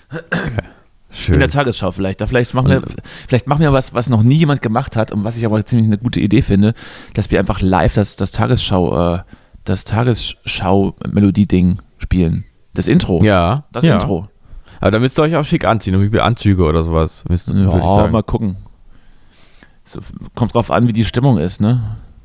Schön. In der Tagesschau vielleicht. Da vielleicht machen wir, vielleicht machen wir was, was noch nie jemand gemacht hat und was ich aber ziemlich eine gute Idee finde, dass wir einfach live das, das Tagesschau, äh, das Tagesschau-Melodie-Ding spielen. Das Intro. Ja. Das ja. Intro. Aber da müsst ihr euch auch schick anziehen, irgendwie Anzüge oder sowas. Müsst, würde ich Ja, sagen. mal gucken. So, kommt drauf an, wie die Stimmung ist, ne?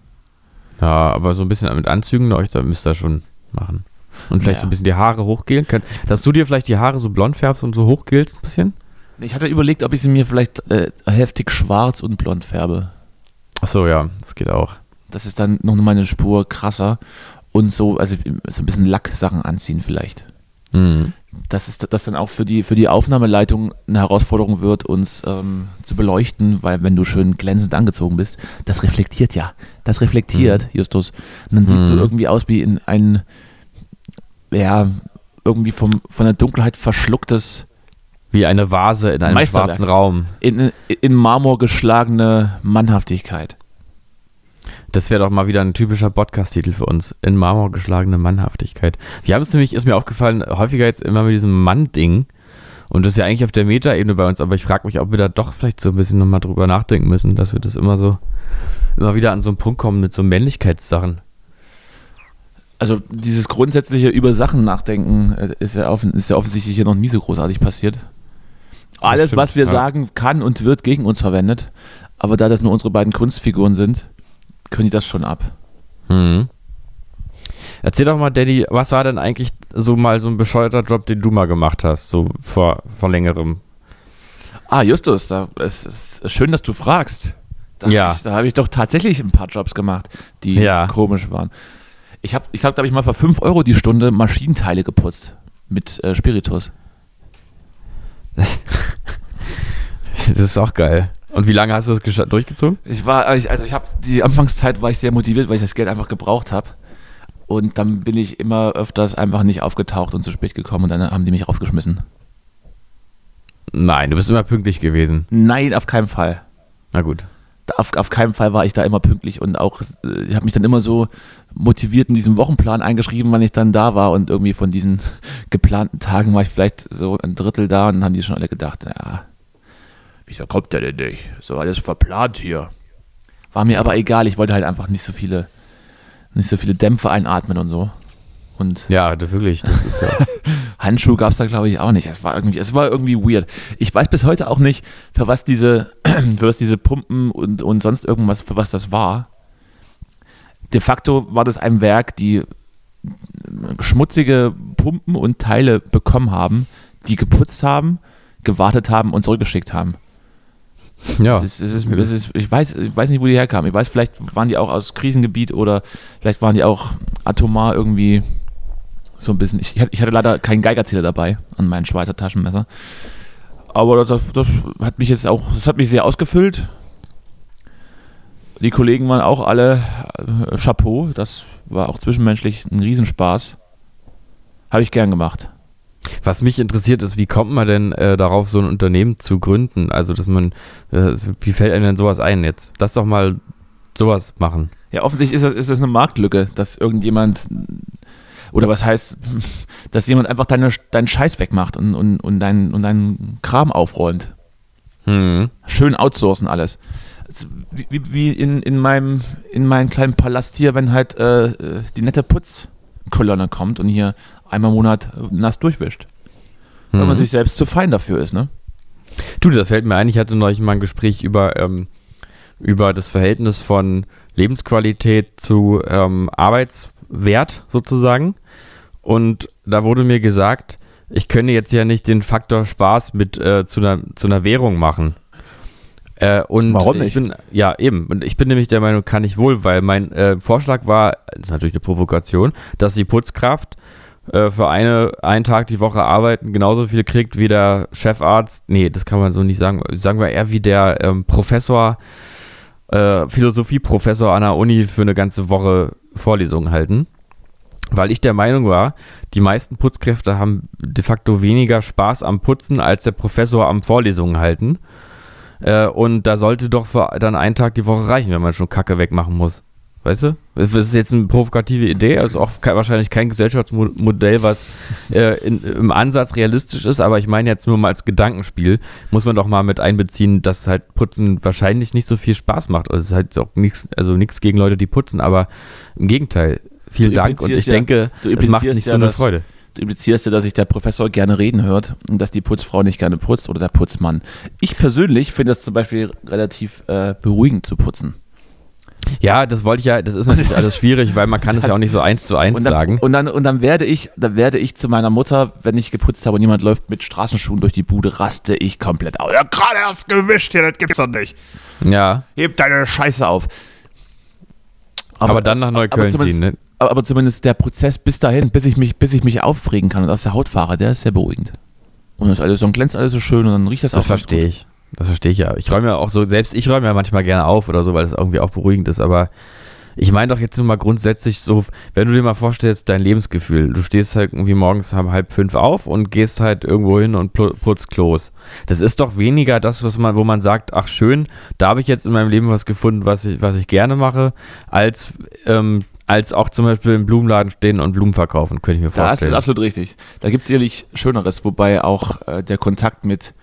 Ja, aber so ein bisschen mit Anzügen, euch, da müsst ihr schon machen. Und vielleicht Ja. so ein bisschen die Haare hochgelen. Könnt, dass du dir vielleicht die Haare so blond färbst und so hochgelst ein bisschen? Ich hatte überlegt, ob ich sie mir vielleicht äh, heftig schwarz und blond färbe. Achso, ja, das geht auch. Das ist dann noch mal eine Spur krasser. Und so, also so ein bisschen Lacksachen anziehen vielleicht. Mhm. Dass es das dann auch für die, für die Aufnahmeleitung eine Herausforderung wird, uns ähm, zu beleuchten, weil wenn du schön glänzend angezogen bist, das reflektiert ja. Das reflektiert, Mhm. Justus. Und dann siehst Mhm. du irgendwie aus wie in ein, ja, irgendwie vom, von der Dunkelheit verschlucktes, Wie eine Vase in einem Meisterwerk. schwarzen Raum. in, in Marmor geschlagene Mannhaftigkeit. Das wäre doch mal wieder ein typischer Podcast-Titel für uns. In Marmor geschlagene Mannhaftigkeit. Wir haben es nämlich, ist mir aufgefallen, häufiger jetzt immer mit diesem Mann-Ding. Und das ist ja eigentlich auf der Meta-Ebene bei uns, aber ich frage mich, ob wir da doch vielleicht so ein bisschen nochmal drüber nachdenken müssen, dass wir das immer so, immer wieder an so einen Punkt kommen mit so Männlichkeitssachen. Also dieses grundsätzliche über Sachen nachdenken äh, ist ja, offen, ist ja offensichtlich hier noch nie so großartig passiert. Alles, stimmt, was wir ja. sagen, kann und wird gegen uns verwendet. Aber da das nur unsere beiden Kunstfiguren sind, können die das schon ab. Mhm. Erzähl doch mal, Daddy, was war denn eigentlich so mal so ein bescheuerter Job, den du mal gemacht hast, so vor, vor längerem? Ah, Justus, da, es ist schön, dass du fragst. Da Ja. Hab ich, da habe ich doch tatsächlich ein paar Jobs gemacht, die Ja. komisch waren. Ich habe, ich glaube, da habe ich mal für fünf Euro die Stunde Maschinenteile geputzt mit äh, Spiritus. Das ist auch geil. Und wie lange hast du das gesch- durchgezogen? Ich war, ich, also ich habe die Anfangszeit war ich sehr motiviert, weil ich das Geld einfach gebraucht habe. Und dann bin ich immer öfters einfach nicht aufgetaucht und zu spät gekommen und dann haben die mich rausgeschmissen. Nein, du bist immer pünktlich gewesen. Nein, auf keinen Fall. Na gut. Auf, auf keinen Fall war ich da immer pünktlich und auch, äh, ich habe mich dann immer so motiviert in diesem Wochenplan eingeschrieben, wann ich dann da war und irgendwie von diesen geplanten Tagen war ich vielleicht so ein Drittel da und dann haben die schon alle gedacht, ja, wieso kommt der denn nicht? So alles verplant hier. War mir aber egal, ich wollte halt einfach nicht so viele, nicht so viele Dämpfe einatmen und so. Und Ja, das wirklich, das ist ja... Handschuh gab es da, glaube ich, auch nicht. Es war irgendwie, es war irgendwie weird. Ich weiß bis heute auch nicht, für was diese, für was diese Pumpen und, und sonst irgendwas, für was das war. De facto war das ein Werk, die schmutzige Pumpen und Teile bekommen haben, die geputzt haben, gewartet haben und zurückgeschickt haben. Ja, Es ist, es ist, es ist, ich, weiß, ich weiß nicht, wo die herkamen. Ich weiß, vielleicht waren die auch aus Krisengebiet oder vielleicht waren die auch atomar irgendwie so ein bisschen. Ich, ich hatte leider keinen Geigerzähler dabei an meinem Schweizer Taschenmesser. Aber das, das hat mich jetzt auch, das hat mich sehr ausgefüllt. Die Kollegen waren auch alle äh, Chapeau. Das war auch zwischenmenschlich ein Riesenspaß. Habe ich gern gemacht. was mich interessiert ist, wie kommt man denn äh, darauf, so ein Unternehmen zu gründen? Also, dass man, äh, wie fällt einem denn sowas ein jetzt? Lass doch mal sowas machen. Ja, offensichtlich ist das, ist das eine Marktlücke, dass irgendjemand, oder was heißt, dass jemand einfach deine, deinen Scheiß wegmacht und, und, und, deinen, und deinen Kram aufräumt. Hm. Schön outsourcen alles. Also, Wie, wie, wie in, in, meinem, in meinem kleinen Palast hier, wenn halt äh, die nette Putzkolonne kommt und hier einmal im Monat nass durchwischt. Weil man Mhm. sich selbst zu fein dafür ist, ne? Du, das fällt mir ein, ich hatte neulich mal ein Gespräch über, ähm, über das Verhältnis von Lebensqualität zu ähm, Arbeitswert sozusagen. Und da wurde mir gesagt, ich könne jetzt ja nicht den Faktor Spaß mit äh, zu, einer, zu einer Währung machen. Äh, und Warum ich nicht? bin, ja, eben. Und ich bin nämlich der Meinung, kann ich wohl, weil mein äh, Vorschlag war, das ist natürlich eine Provokation, dass die Putzkraft äh, für eine, einen Tag die Woche arbeiten genauso viel kriegt wie der Chefarzt. Nee, das kann man so nicht sagen. Sagen wir eher wie der ähm, Professor, äh, Philosophieprofessor an der Uni für eine ganze Woche Vorlesungen halten. Weil ich der Meinung war, die meisten Putzkräfte haben de facto weniger Spaß am Putzen als der Professor am Vorlesungen halten. Äh, und da sollte doch für dann einen Tag die Woche reichen, wenn man schon Kacke wegmachen muss. Weißt du? Das ist jetzt eine provokative Idee, also auch ke- wahrscheinlich kein Gesellschaftsmodell, was äh, in, im Ansatz realistisch ist, aber ich meine jetzt nur mal als Gedankenspiel, muss man doch mal mit einbeziehen, dass halt Putzen wahrscheinlich nicht so viel Spaß macht. Also es ist halt auch nichts, also nichts gegen Leute, die putzen, aber im Gegenteil, vielen Du Dank und ich implizierst ja- denke, du es macht implizierst nicht ja, so eine dass- Freude. Du implizierst ja, dass sich der Professor gerne reden hört und dass die Putzfrau nicht gerne putzt oder der Putzmann. Ich persönlich finde das zum Beispiel relativ äh, beruhigend zu putzen. Ja, das wollte ich ja, das ist natürlich alles schwierig, weil man kann es ja auch nicht so eins zu eins Und dann, sagen. und dann, und dann werde ich, dann werde ich zu meiner Mutter, wenn ich geputzt habe und jemand läuft mit Straßenschuhen durch die Bude, raste ich komplett aus. Ja, gerade erst gewischt hier, das gibt's doch nicht. Ja, Heb deine Scheiße auf. aber, dann nach Neukölln aber zumindest- ziehen, ne? Aber, aber zumindest der Prozess bis dahin, bis ich mich, bis ich mich aufregen kann und aus der Haut fahre, der ist sehr beruhigend. Und das ist alles, dann glänzt alles so schön und dann riecht das, Das auch ganz verstehe gut. ich. Das verstehe ich ja. Ich räume ja auch so, selbst ich räume ja manchmal gerne auf oder so, weil das irgendwie auch beruhigend ist, aber ich meine doch jetzt nur mal grundsätzlich so, wenn du dir mal vorstellst, dein Lebensgefühl, du stehst halt irgendwie morgens um halb fünf auf und gehst halt irgendwo hin und pl- putzt Klos. Das ist doch weniger das, was man, wo man sagt, ach schön, da habe ich jetzt in meinem Leben was gefunden, was ich, was ich gerne mache, als, ähm, als auch zum Beispiel im Blumenladen stehen und Blumen verkaufen, könnte ich mir Da ist vorstellen. es absolut richtig. Da gibt es sicherlich Schöneres, wobei auch äh, der Kontakt mit,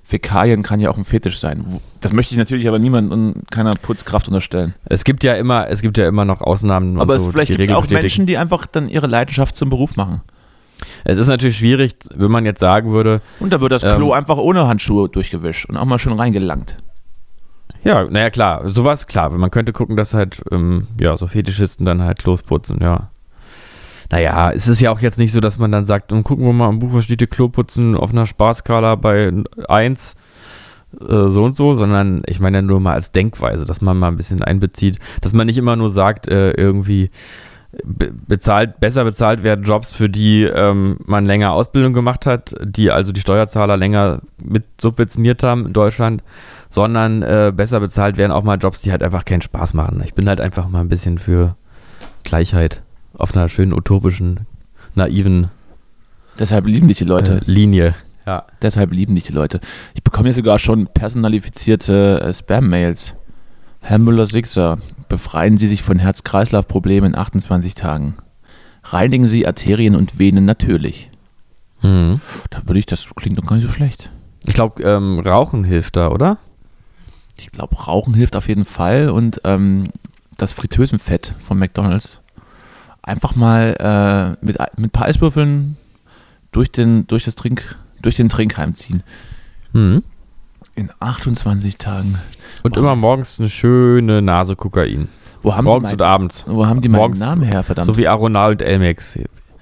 Fäkalien kann ja auch ein Fetisch sein. Wo- Das möchte ich natürlich aber niemand und keiner Putzkraft unterstellen. Es gibt ja immer, es gibt ja immer noch Ausnahmen. Aber und es, so, vielleicht die gibt es Regel auch bestätigen. Menschen, die einfach dann ihre Leidenschaft zum Beruf machen. Es ist natürlich schwierig, wenn man jetzt sagen würde, Und da wird das Klo Ähm. einfach ohne Handschuhe durchgewischt und auch mal schön reingelangt. ja, naja klar, sowas klar. Man könnte gucken, dass halt, ähm, ja, so Fetischisten dann halt losputzen, ja. Naja, es ist ja auch jetzt nicht so, dass man dann sagt, und gucken wir mal im Buch, was steht hier, Kloputzen auf einer Sparskala bei eins, äh, so und so, sondern ich meine ja nur mal als Denkweise, dass man mal ein bisschen einbezieht, dass man nicht immer nur sagt, äh, irgendwie be- bezahlt, besser bezahlt werden Jobs, für die ähm, man länger Ausbildung gemacht hat, die also die Steuerzahler länger mit subventioniert haben in Deutschland, sondern äh, besser bezahlt werden auch mal Jobs, die halt einfach keinen Spaß machen. Ich bin halt einfach mal ein bisschen für Gleichheit auf einer schönen utopischen, naiven Deshalb lieben dich die Leute. äh, Linie. Ja. Deshalb lieben dich die Leute. Ich bekomme hier sogar schon personalifizierte äh, Spam-Mails. Herr Müller-Sixer, befreien Sie sich von Herz-Kreislauf-Problemen in achtundzwanzig Tagen. Reinigen Sie Arterien und Venen natürlich. Mhm. Da würde ich, das klingt doch gar nicht so schlecht. Ich glaube, ähm, Rauchen hilft da, oder? Ich glaube, Rauchen hilft auf jeden Fall und ähm, das Fritteusenfett von McDonald's einfach mal äh, mit, mit ein paar Eiswürfeln durch den, durch das Trink, durch den Trinkheim ziehen. Mhm. In achtundzwanzig Tagen. Und Wow. immer morgens eine schöne Nase Kokain. Wo haben Morgens die und mein, abends. Wo haben die meinen Morgens- Namen her, verdammt? So wie Aronal und Elmex.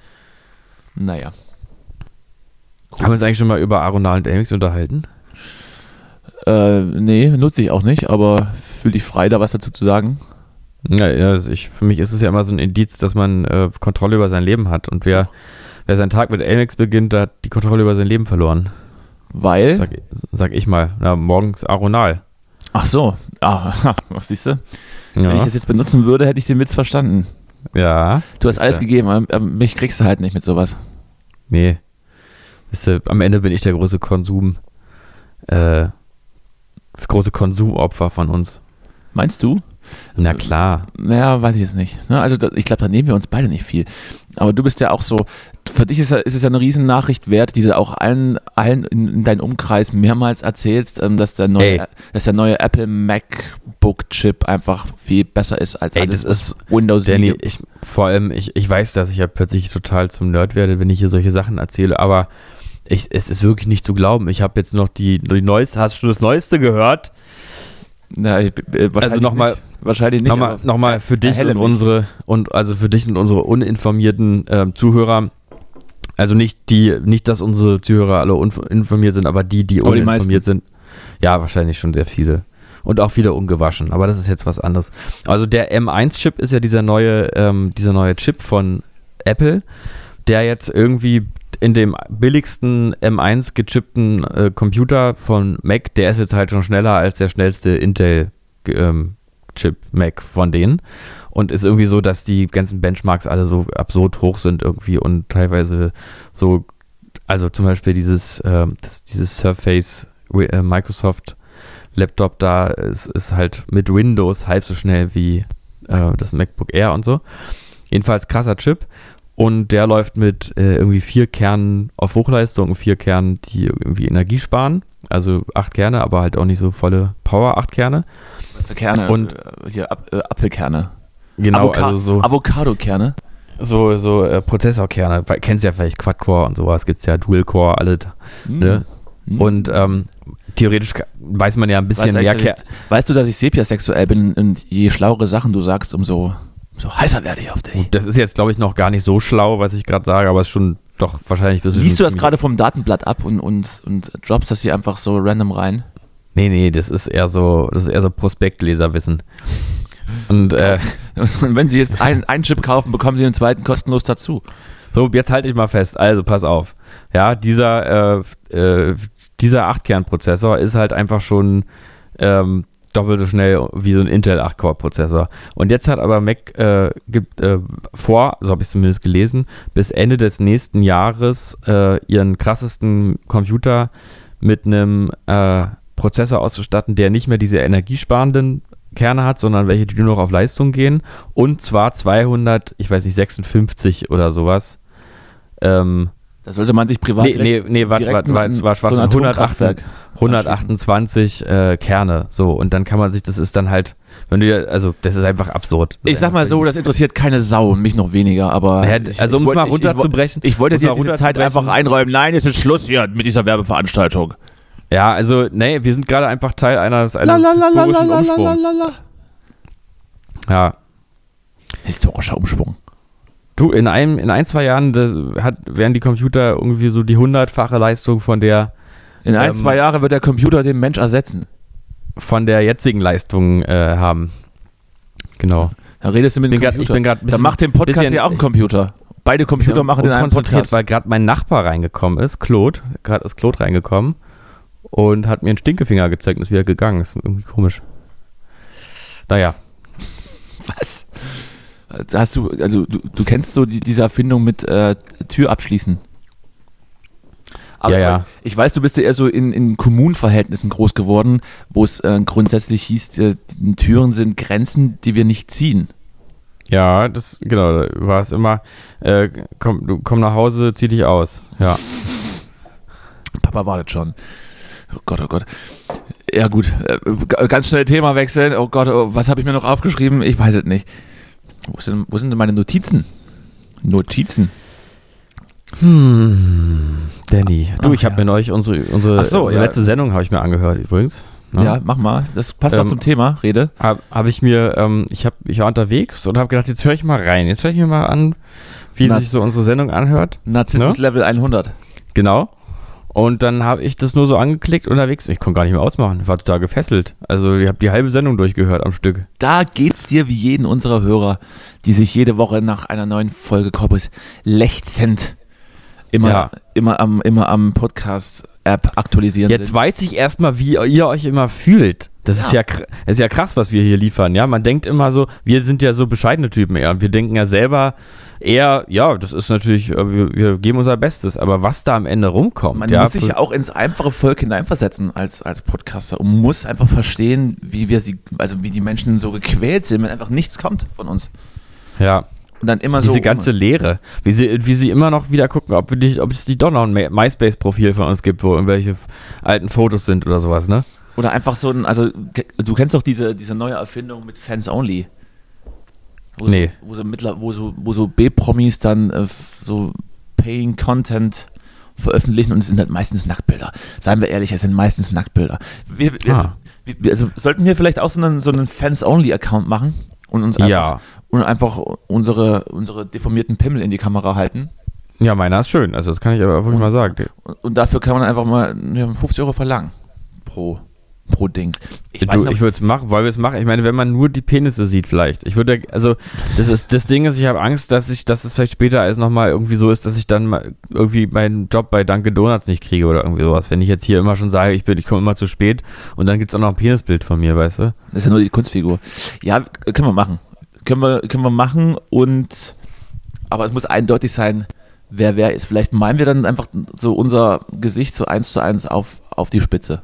Naja. Haben wir uns eigentlich schon mal über Aronal und Elmex unterhalten? Äh, nee, nutze ich auch nicht, aber fühl dich frei, da was dazu zu sagen. Ja, ja, also ich, für mich ist es ja immer so ein Indiz, dass man äh, Kontrolle über sein Leben hat. Und wer, wer seinen Tag mit Elmex beginnt, der hat die Kontrolle über sein Leben verloren. Weil. Sag, sag ich mal. Na, morgens Aronal. Ach so. Ah, was siehst du? Wenn ich Ja. das jetzt benutzen würde, hätte ich den Witz verstanden. ja. Du hast alles ja. gegeben, aber mich kriegst du halt nicht mit sowas. Nee. Weißt du, am Ende bin ich der große Konsum, äh, das große Konsumopfer von uns. Meinst du? Na klar. Naja, weiß ich jetzt nicht. Ne, Also da, ich glaube, da nehmen wir uns beide nicht viel. Aber du bist ja auch so, für dich ist, ja, ist es ja eine Riesennachricht wert, die du auch allen, allen in, in deinem Umkreis mehrmals erzählst, ähm, dass, der neue, Ey. dass der neue Apple MacBook-Chip einfach viel besser ist als Ey, alles, das was ist- Windows Danny, liegt. ich, vor allem, ich, ich weiß, dass ich ja plötzlich total zum Nerd werde, wenn ich hier solche Sachen erzähle, aber ich, es ist wirklich nicht zu glauben. Ich habe jetzt noch die, die neueste, hast du schon das Neueste gehört? Na, ich- äh, wahrscheinlich Also nochmal- nicht. Wahrscheinlich nicht. Nochmal, aber- nochmal für dich erhelle und mich. unsere, und also für dich und unsere uninformierten ähm, Zuhörer, also nicht die, nicht, dass unsere Zuhörer alle uninformiert sind, aber die, die Aber die uninformiert sind, ja, wahrscheinlich schon sehr viele. Und auch viele ungewaschen, aber das ist jetzt was anderes. Also der M eins Chip ist ja dieser neue, ähm, dieser neue Chip von Apple, der jetzt irgendwie in dem billigsten M eins gechippten äh, Computer von Mac, der ist jetzt halt schon schneller als der schnellste Intel ähm, Chip Mac von denen und ist irgendwie so, dass die ganzen Benchmarks alle so absurd hoch sind irgendwie und teilweise so, also zum Beispiel dieses, ähm, das, dieses Surface äh, Microsoft Laptop da ist, ist halt mit Windows halb so schnell wie äh, das MacBook Air und so. Jedenfalls krasser Chip und der läuft mit äh, irgendwie vier Kernen auf Hochleistung und vier Kernen, die irgendwie Energie sparen. Also acht Kerne, aber halt auch nicht so volle Power, acht Kerne. Für Kerne. Und- äh, hier Ap äh, Apfelkerne. Genau, Avoca- also so, Avocado-Kerne. so, so äh, Prozessorkerne. Weil- Kennst ja vielleicht Quad-Core und sowas, gibt's ja Dual-Core, alle. Ne? Mhm. Und ähm, theoretisch ka- weiß man ja ein bisschen weißt, du, mehr. dass Ker- ich, weißt du, dass ich sepiasexuell bin und je schlauere Sachen du sagst, umso, umso heißer werde ich auf dich. Das ist jetzt, glaube ich, noch gar nicht so schlau, was ich gerade sage, aber es ist schon doch wahrscheinlich ein bisschen. Liest du das ziemlich- gerade vom Datenblatt ab und, und, und droppst das hier einfach so random rein? Nee, nee, das ist eher so, das ist eher so Prospektleserwissen. Und äh, Und wenn sie jetzt ein- einen Chip kaufen, bekommen sie den zweiten kostenlos dazu. so, jetzt halte ich mal fest. Also, pass auf. Ja, dieser, äh, äh, dieser acht Kern Prozessor ist halt einfach schon ähm, doppelt so schnell wie so ein Intel acht Core Prozessor. Und jetzt hat aber Mac äh, gibt, äh, vor, so habe ich es zumindest gelesen, bis Ende des nächsten Jahres äh, ihren krassesten Computer mit einem äh, Prozessor auszustatten, der nicht mehr diese energiesparenden Kerne hat, sondern welche, die nur noch auf Leistung gehen. Und zwar zweihundert, ich weiß nicht, sechsundfünfzig oder sowas ähm, Da sollte man sich privat Nee, nee, nee, warte, direkt warte, warte, es war schwarz. so ein hundertachtundzwanzig, hundertachtundzwanzig äh, Kerne, so, und dann kann man sich, das ist dann halt, wenn du dir, also, das ist einfach absurd. Ich sag mal so, das interessiert keine Sau und mich noch weniger, aber... Ja, ich, also, um ich es mal wollt- ich- runterzubrechen. Ich, ich wollte um es dir mal diese Zeit runterzubrechen. einfach einräumen. Nein, es ist Schluss hier mit dieser Werbeveranstaltung. Ja, also, nee, wir sind gerade einfach Teil eines, eines historischen Umschwungs. Ja. Historischer Umschwung. Du, in einem, in ein, zwei Jahren da hat, werden die Computer irgendwie so die hundertfache Leistung von der, In ein, Ähm, zwei Jahren wird der Computer den Mensch ersetzen. von der jetzigen Leistung äh, haben. Genau. Da redest du mit dem Bin grad- Computer. ich bin grad ein da bisschen- macht den Podcast bisschen- ja auch ein Computer. Beide Computer machen den einen konzentriert, Podcast. weil gerade mein Nachbar reingekommen ist, Claude, gerade ist Claude reingekommen und hat mir einen Stinkefinger gezeigt und ist wieder gegangen. Ist irgendwie komisch. Naja. Was? Hast du, also du, du kennst so die, diese Erfindung mit äh, Tür abschließen. Aber Ja, ja. Ich weiß, du bist ja eher so in, in Kommunenverhältnissen groß geworden, wo es äh, grundsätzlich hieß, äh, die Türen sind Grenzen, die wir nicht ziehen. Ja, das, genau, da war es immer, äh, komm, du komm nach Hause, zieh dich aus. Ja. Papa wartet schon. Oh Gott, oh Gott. Ja gut, äh, g- ganz schnell Thema wechseln. Oh Gott, oh, was habe ich mir noch aufgeschrieben? Ich weiß es nicht. Wo sind, wo sind denn meine Notizen? Notizen. Danny. Du, Ach, ich habe ja. mir neulich unsere, unsere, Ach so, unsere ja. letzte Sendung habe ich mir angehört übrigens. Ne? Ja, mach mal. Das passt doch Ähm, zum Thema. Rede. Habe hab ich mir, ähm, ich, hab, ich war unterwegs und habe gedacht, jetzt höre ich mal rein. Jetzt höre ich mir mal an, wie Na- sich so unsere Sendung anhört. Narzissmus ne? Level hundert. Genau. Und dann habe ich das nur so angeklickt unterwegs. Ich konnte gar nicht mehr ausmachen. Ich war total gefesselt. Also ich habe die halbe Sendung durchgehört am Stück. Da geht's dir wie jeden unserer Hörer, die sich jede Woche nach einer neuen Folge Corpus lechzend immer, Ja. immer am, immer am Podcast-App aktualisieren Jetzt sind. weiß ich erstmal, wie ihr euch immer fühlt. Das ist ja, kr- das ist ja krass, was wir hier liefern. Ja, man denkt immer so, wir sind ja so bescheidene Typen eher. Wir denken ja selber eher, ja, das ist natürlich, äh, wir, wir geben unser Bestes. Aber was da am Ende rumkommt, Man ja, muss sich für- ja auch ins einfache Volk hineinversetzen als, als Podcaster und muss einfach verstehen, wie wir sie, also wie die Menschen so gequält sind, wenn einfach nichts kommt von uns. ja. Und dann immer Diese so. ganze Leere, wie sie, wie sie immer noch wieder gucken, ob, wir die, ob es die doch noch ein Ma- MySpace-Profil von uns gibt, wo irgendwelche f- alten Fotos sind oder sowas, ne? Oder einfach so ein, also ke- du kennst doch diese, diese neue Erfindung mit Fans Only. Wo Nee. So, wo so, mittler, wo so, wo so B-Promis dann äh, f- so Paying Content veröffentlichen und es sind halt meistens Nacktbilder. Seien wir ehrlich, es sind meistens Nacktbilder. Wir, wir, Ah. wir, wir- also sollten wir vielleicht auch so einen, so einen Fans-Only-Account machen und uns einfach, Ja. und einfach unsere, unsere deformierten Pimmel in die Kamera halten. Ja, meiner ist schön, also das kann ich aber wirklich mal sagen. Und, und dafür kann man einfach mal ja, fünfzig Euro verlangen pro, pro Dings. Ich weiß du, noch- ich würde es machen, weil wir es machen. Ich meine, wenn man nur die Penisse sieht, vielleicht. Ich würde, also, das ist das Ding ist, ich habe Angst, dass ich, dass es vielleicht später alles nochmal irgendwie so ist, dass ich dann mal irgendwie meinen Job bei Dunkin' Donuts nicht kriege oder irgendwie sowas. Wenn ich jetzt hier immer schon sage, ich bin, ich komme immer zu spät und dann gibt es auch noch ein Penisbild von mir, weißt du? Das ist ja nur die Kunstfigur. Ja, können wir machen. Können wir, können wir machen und aber es muss eindeutig sein, wer wer ist. Vielleicht meinen wir dann einfach so unser Gesicht so eins zu eins auf, auf die Spitze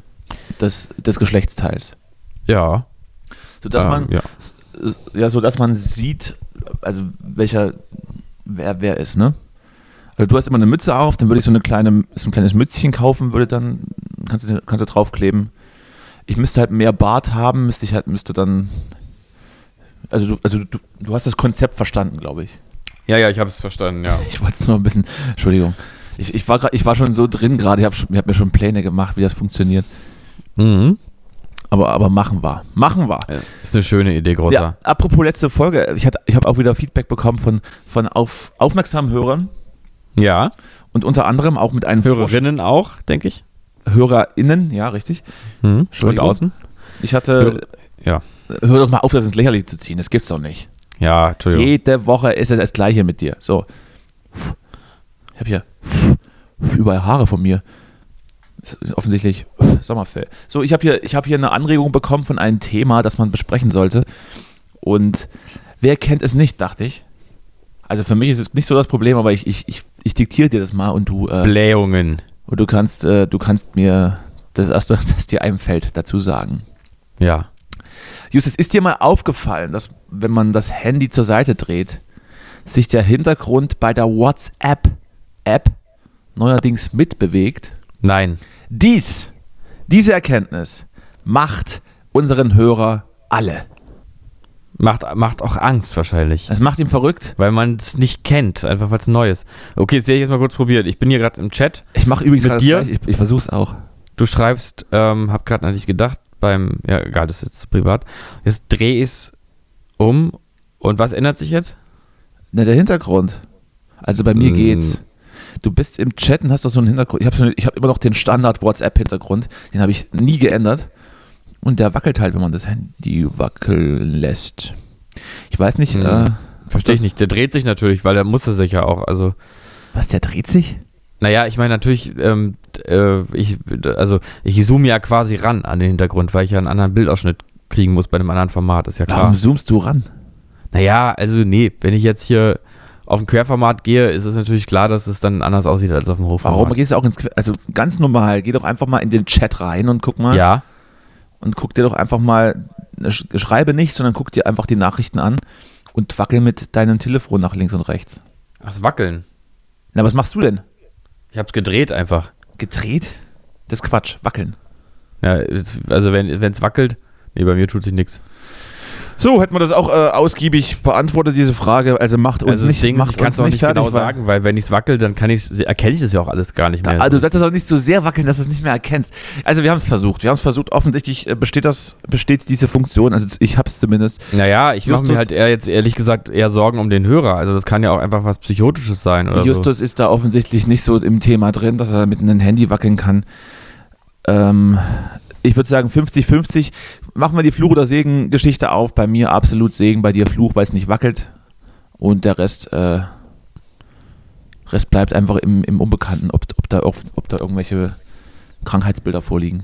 des, des Geschlechtsteils. Ja. Sodass ähm, man ja. ja, so dass man sieht, also welcher wer wer ist, ne? Also du hast immer eine Mütze auf, dann würde ich so eine kleine, so ein kleines Mützchen kaufen, würde dann, kannst du, kannst du draufkleben. Ich müsste halt mehr Bart haben, müsste ich halt, müsste dann, also du, also du, du hast das Konzept verstanden, glaube ich. Ja, ja, ich habe es verstanden, ja. Ich wollte es nur ein bisschen, Entschuldigung. Ich, ich, war, grad, ich war schon so drin gerade, ich habe hab mir schon Pläne gemacht, wie das funktioniert. Mhm. Aber, aber machen wir. Machen wir. Ist eine schöne Idee, großer. Ja, apropos letzte Folge, ich, hatte- ich habe auch wieder Feedback bekommen von, von auf, aufmerksamen Hörern Ja. und unter anderem auch mit einem Hörerinnen auch, denke ich. Vorsch- HörerInnen, ja, richtig. Mhm. Und Entschuldigung. außen? Ich hatte, Ja. hör doch mal auf, das ins Lächerliche zu ziehen, das gibt's doch nicht. Ja, Entschuldigung. Jede Woche ist es das Gleiche mit dir. So. Ich habe hier überall Haare von mir. Das ist offensichtlich Sommerfell. So, ich habe hier, ich hab hier eine Anregung bekommen von einem Thema, das man besprechen sollte. Und wer kennt es nicht, dachte ich. Also für mich ist es nicht so das Problem, aber ich, ich, ich, ich diktiere dir das mal und du, äh, Blähungen. und du kannst, äh, du kannst mir das erste, das dir einfällt, dazu sagen. Ja. Justus, ist dir mal aufgefallen, dass wenn man das Handy zur Seite dreht, sich der Hintergrund bei der WhatsApp-App neuerdings mitbewegt. Nein. Dies, diese Erkenntnis macht unseren Hörer alle. Macht, macht auch Angst wahrscheinlich. Das macht ihn verrückt. Weil man es nicht kennt, einfach weil es neu ist. Okay, jetzt werde ich jetzt mal kurz probieren. Ich bin hier gerade im Chat. Ich mache übrigens Mit gerade dir? das Gleiche. Ich, ich versuche es auch. Du schreibst, ähm, hab gerade an dich gedacht, beim, ja egal, das ist jetzt privat. Jetzt dreh es um und was ändert sich jetzt? Na, der Hintergrund. Also bei mir Hm. geht's. Du bist im Chat und hast doch so einen Hintergrund. Ich habe so ich hab immer noch den Standard-WhatsApp-Hintergrund. Den habe ich nie geändert. Und der wackelt halt, wenn man das Handy wackeln lässt. Ich weiß nicht. Hm. Äh, Verstehe ich das- nicht. Der dreht sich natürlich, weil der muss er sich ja auch. Also, Was, der dreht sich? naja, ich meine natürlich, ähm, äh, ich, also ich zoome ja quasi ran an den Hintergrund, weil ich ja einen anderen Bildausschnitt kriegen muss bei einem anderen Format, ist ja klar. Warum zoomst du ran? Naja, also nee, wenn ich jetzt hier auf ein Querformat gehe, ist es natürlich klar, dass es dann anders aussieht als auf dem Hochformat. Warum gehst du auch ins Que- Also ganz normal, geh doch einfach mal in den Chat rein und guck mal. Ja, Und guck dir doch einfach mal, sch- schreibe nicht, sondern guck dir einfach die Nachrichten an und wackel mit deinem Telefon nach links und rechts. das Wackeln. Na, was machst du denn? Ich hab's gedreht einfach. Gedreht? Das ist Quatsch, wackeln. Ja, es- also wenn es wackelt, nee, bei mir tut sich nichts. So, hätten wir das auch äh, ausgiebig beantwortet, diese Frage. Also macht uns Also das nicht, Ding ist, macht ich kann uns es auch nicht fertig, genau weil- sagen, weil wenn ich es wackelt, dann kann ich erkenne ich das ja auch alles gar nicht mehr. Also du sollst das auch nicht so sehr wackeln, dass du es nicht mehr erkennst. Also wir haben es versucht. Wir haben es versucht. Offensichtlich äh, besteht das, besteht diese Funktion. Also ich habe es zumindest. Naja, ich mache mir Justus- halt eher jetzt ehrlich gesagt eher Sorgen um den Hörer. Also das kann ja auch einfach was Psychotisches sein oder Justus ist da offensichtlich nicht so im Thema drin, dass er mit einem Handy wackeln kann. Ähm, ich würde sagen fünfzig fünfzig. Machen wir die Fluch- oder Segen-Geschichte auf. Bei mir absolut Segen, bei dir Fluch, weil es nicht wackelt. Und der Rest, äh, Rest bleibt einfach im, im Unbekannten, ob, ob, da, ob, ob da irgendwelche Krankheitsbilder vorliegen.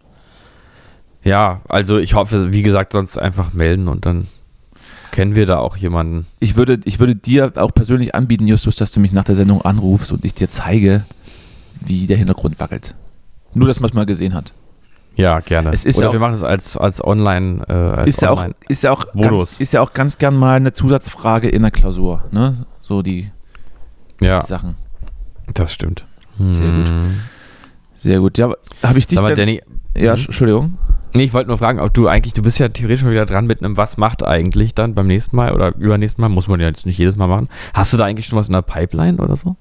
so. Ja, also ich hoffe, wie gesagt, sonst einfach melden und dann kennen wir da auch jemanden. Ich würde, ich würde dir auch persönlich anbieten, Justus, dass du mich nach der Sendung anrufst und ich dir zeige, wie der Hintergrund wackelt. Nur, dass man es mal gesehen hat. Ja, gerne. Es ist oder ja auch- wir machen es als, als online. Äh, als Ist ja, auch, online. ist, ja auch Modus. ganz, ist ja auch ganz gern mal eine Zusatzfrage in der Klausur. Ne? So die, Ja, die Sachen. das stimmt. Sehr gut. Hm. Sehr gut. Ja, habe ich dich Sag mal, denn, Danny, Ja, Mhm. Entschuldigung. nee, ich wollte nur fragen, ob du eigentlich, du bist ja theoretisch mal wieder dran mit einem Was macht eigentlich dann beim nächsten Mal oder übernächsten Mal, muss man ja jetzt nicht jedes Mal machen. Hast du da eigentlich schon was in der Pipeline oder so?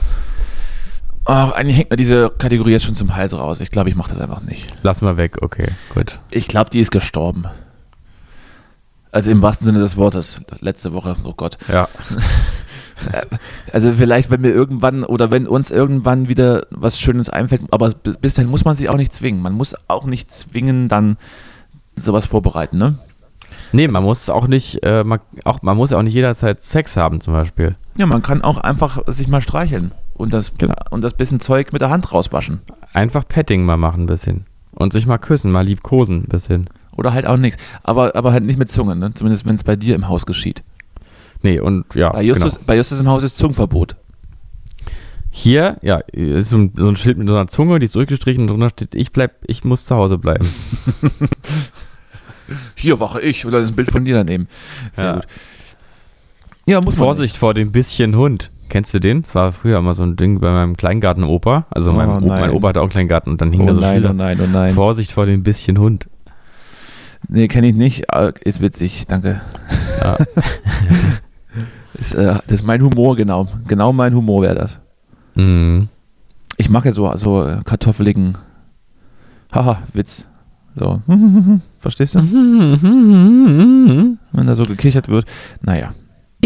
Ach, eigentlich hängt mir diese Kategorie jetzt schon zum Hals raus. Ich glaube, ich mache das einfach nicht. Lass mal weg, okay, gut. Ich glaube, die ist gestorben. Also im wahrsten Sinne des Wortes. Letzte Woche, oh Gott. Ja, Also vielleicht, wenn wir irgendwann oder wenn uns irgendwann wieder was Schönes einfällt, aber bis bis dahin muss man sich auch nicht zwingen. Man muss auch nicht zwingen dann sowas vorbereiten, ne? nee, man muss auch nicht, äh, man, auch, man muss ja auch nicht jederzeit Sex haben zum Beispiel. Ja, man kann auch einfach sich mal streicheln und das, Genau. und das bisschen Zeug mit der Hand rauswaschen. Einfach Petting mal machen ein bisschen. Und sich mal küssen, mal liebkosen ein bisschen. Oder halt auch nichts. Aber, aber halt nicht mit Zunge, ne? Zumindest wenn es bei dir im Haus geschieht. Nee, und ja, Bei Justus, genau. bei Justus im Haus ist Zungenverbot. Hier, ja, ist so ein, so ein Schild mit so einer Zunge, die ist durchgestrichen und drunter steht, ich bleib, ich muss zu Hause bleiben. Hier wache ich. Oder das ist ein Bild von dir daneben. Sehr Ja. gut. Ja, muss man Vorsicht vor dem bisschen Hund. Kennst du den? Das war früher immer so ein Ding bei meinem Kleingarten-Opa. Also Oh, mein, Opa, mein nein. Opa hatte auch einen Kleingarten und dann nicht. hing Oh da so nein, Schilder. oh nein, oh nein. Vorsicht vor dem bisschen Hund. Nee, kenne ich nicht. aber Ist witzig, danke. Ja. Ist, äh, das ist mein Humor, genau. Genau mein Humor wäre das. Mhm. Ich mache ja so, so äh, kartoffeligen Haha, Witz. So. Verstehst du? Mhm. Wenn da so gekichert wird. Naja.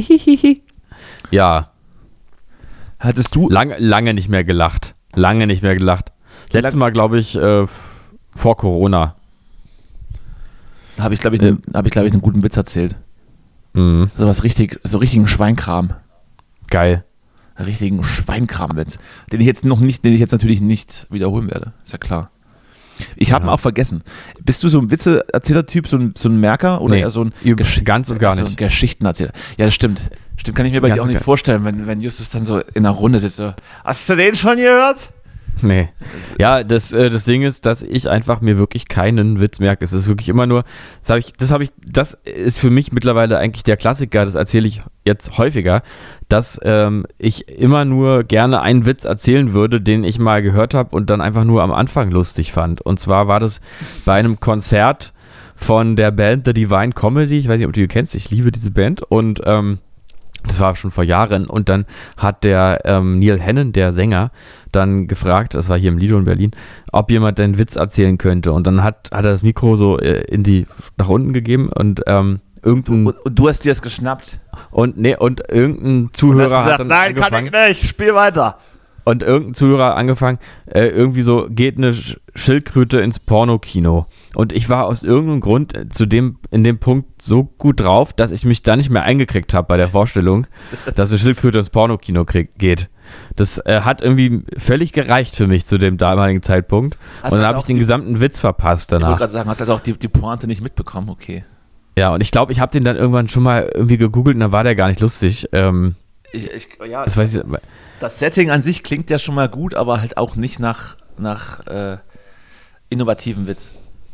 Ja, Hattest du. lange, lange nicht mehr gelacht. Lange nicht mehr gelacht. Letztes Mal, glaube ich, äh, f- vor Corona. Habe ich, glaube ich, ne, hab ich, glaub ich, einen guten Witz erzählt. Mhm. So was richtig, so richtigen Schweinkram. Geil. Richtigen Schweinkram-Witz. Den ich jetzt noch nicht, den ich jetzt natürlich nicht wiederholen werde. Ist ja klar. Ich habe ihn Ja. auch vergessen. Bist du so ein Witze-Erzähler-Typ, so ein, so ein Merker oder Nee, eher so ein üb- Gesch- ganz und gar so ein nicht. Geschichtenerzähler? Ja, das stimmt. Stimmt, kann ich mir bei Ganz dir auch und nicht gar- vorstellen, wenn, wenn Justus dann so in einer Runde sitzt. So, hast du den schon gehört? Nee. Ja, das, äh, das Ding ist, dass ich einfach mir wirklich keinen Witz merke. Es ist wirklich immer nur, das habe ich, das habe ich, das ist für mich mittlerweile eigentlich der Klassiker, das erzähle ich jetzt häufiger, dass ähm, ich immer nur gerne einen Witz erzählen würde, den ich mal gehört habe und dann einfach nur am Anfang lustig fand. Und zwar war das bei einem Konzert von der Band The Divine Comedy. Ich weiß nicht, ob du die kennst, ich liebe diese Band. Und ähm, das war schon vor Jahren. Und dann hat der ähm, Neil Hannon, der Sänger, dann gefragt, das war hier im Lido in Berlin, ob jemand den Witz erzählen könnte. Und dann hat, hat er das Mikro so äh, in die, nach unten gegeben und ähm, irgendein... Und, und du hast dir das geschnappt. Und, nee, und irgendein Zuhörer und hast gesagt, hat dann nein, angefangen... kann ich nicht, spiel weiter. Und irgendein Zuhörer angefangen, äh, irgendwie so, geht eine Sch- Schildkröte ins Pornokino. Und ich war aus irgendeinem Grund äh, zu dem, in dem Punkt so gut drauf, dass ich mich da nicht mehr eingekriegt habe bei der Vorstellung, dass eine Schildkröte ins Pornokino krieg- geht. Das äh, hat irgendwie völlig gereicht für mich zu dem damaligen Zeitpunkt. Hast und du dann habe auch ich den die- gesamten Witz verpasst Ich wollte danach. gerade sagen, hast also auch die, die Pointe nicht mitbekommen, okay. Ja, und ich glaube, ich habe den dann irgendwann schon mal irgendwie gegoogelt und dann war der gar nicht lustig. Ähm, Ich, ich, ja, das weiß ich, das Setting an sich klingt ja schon mal gut, aber halt auch nicht nach, nach äh, innovativen Witz.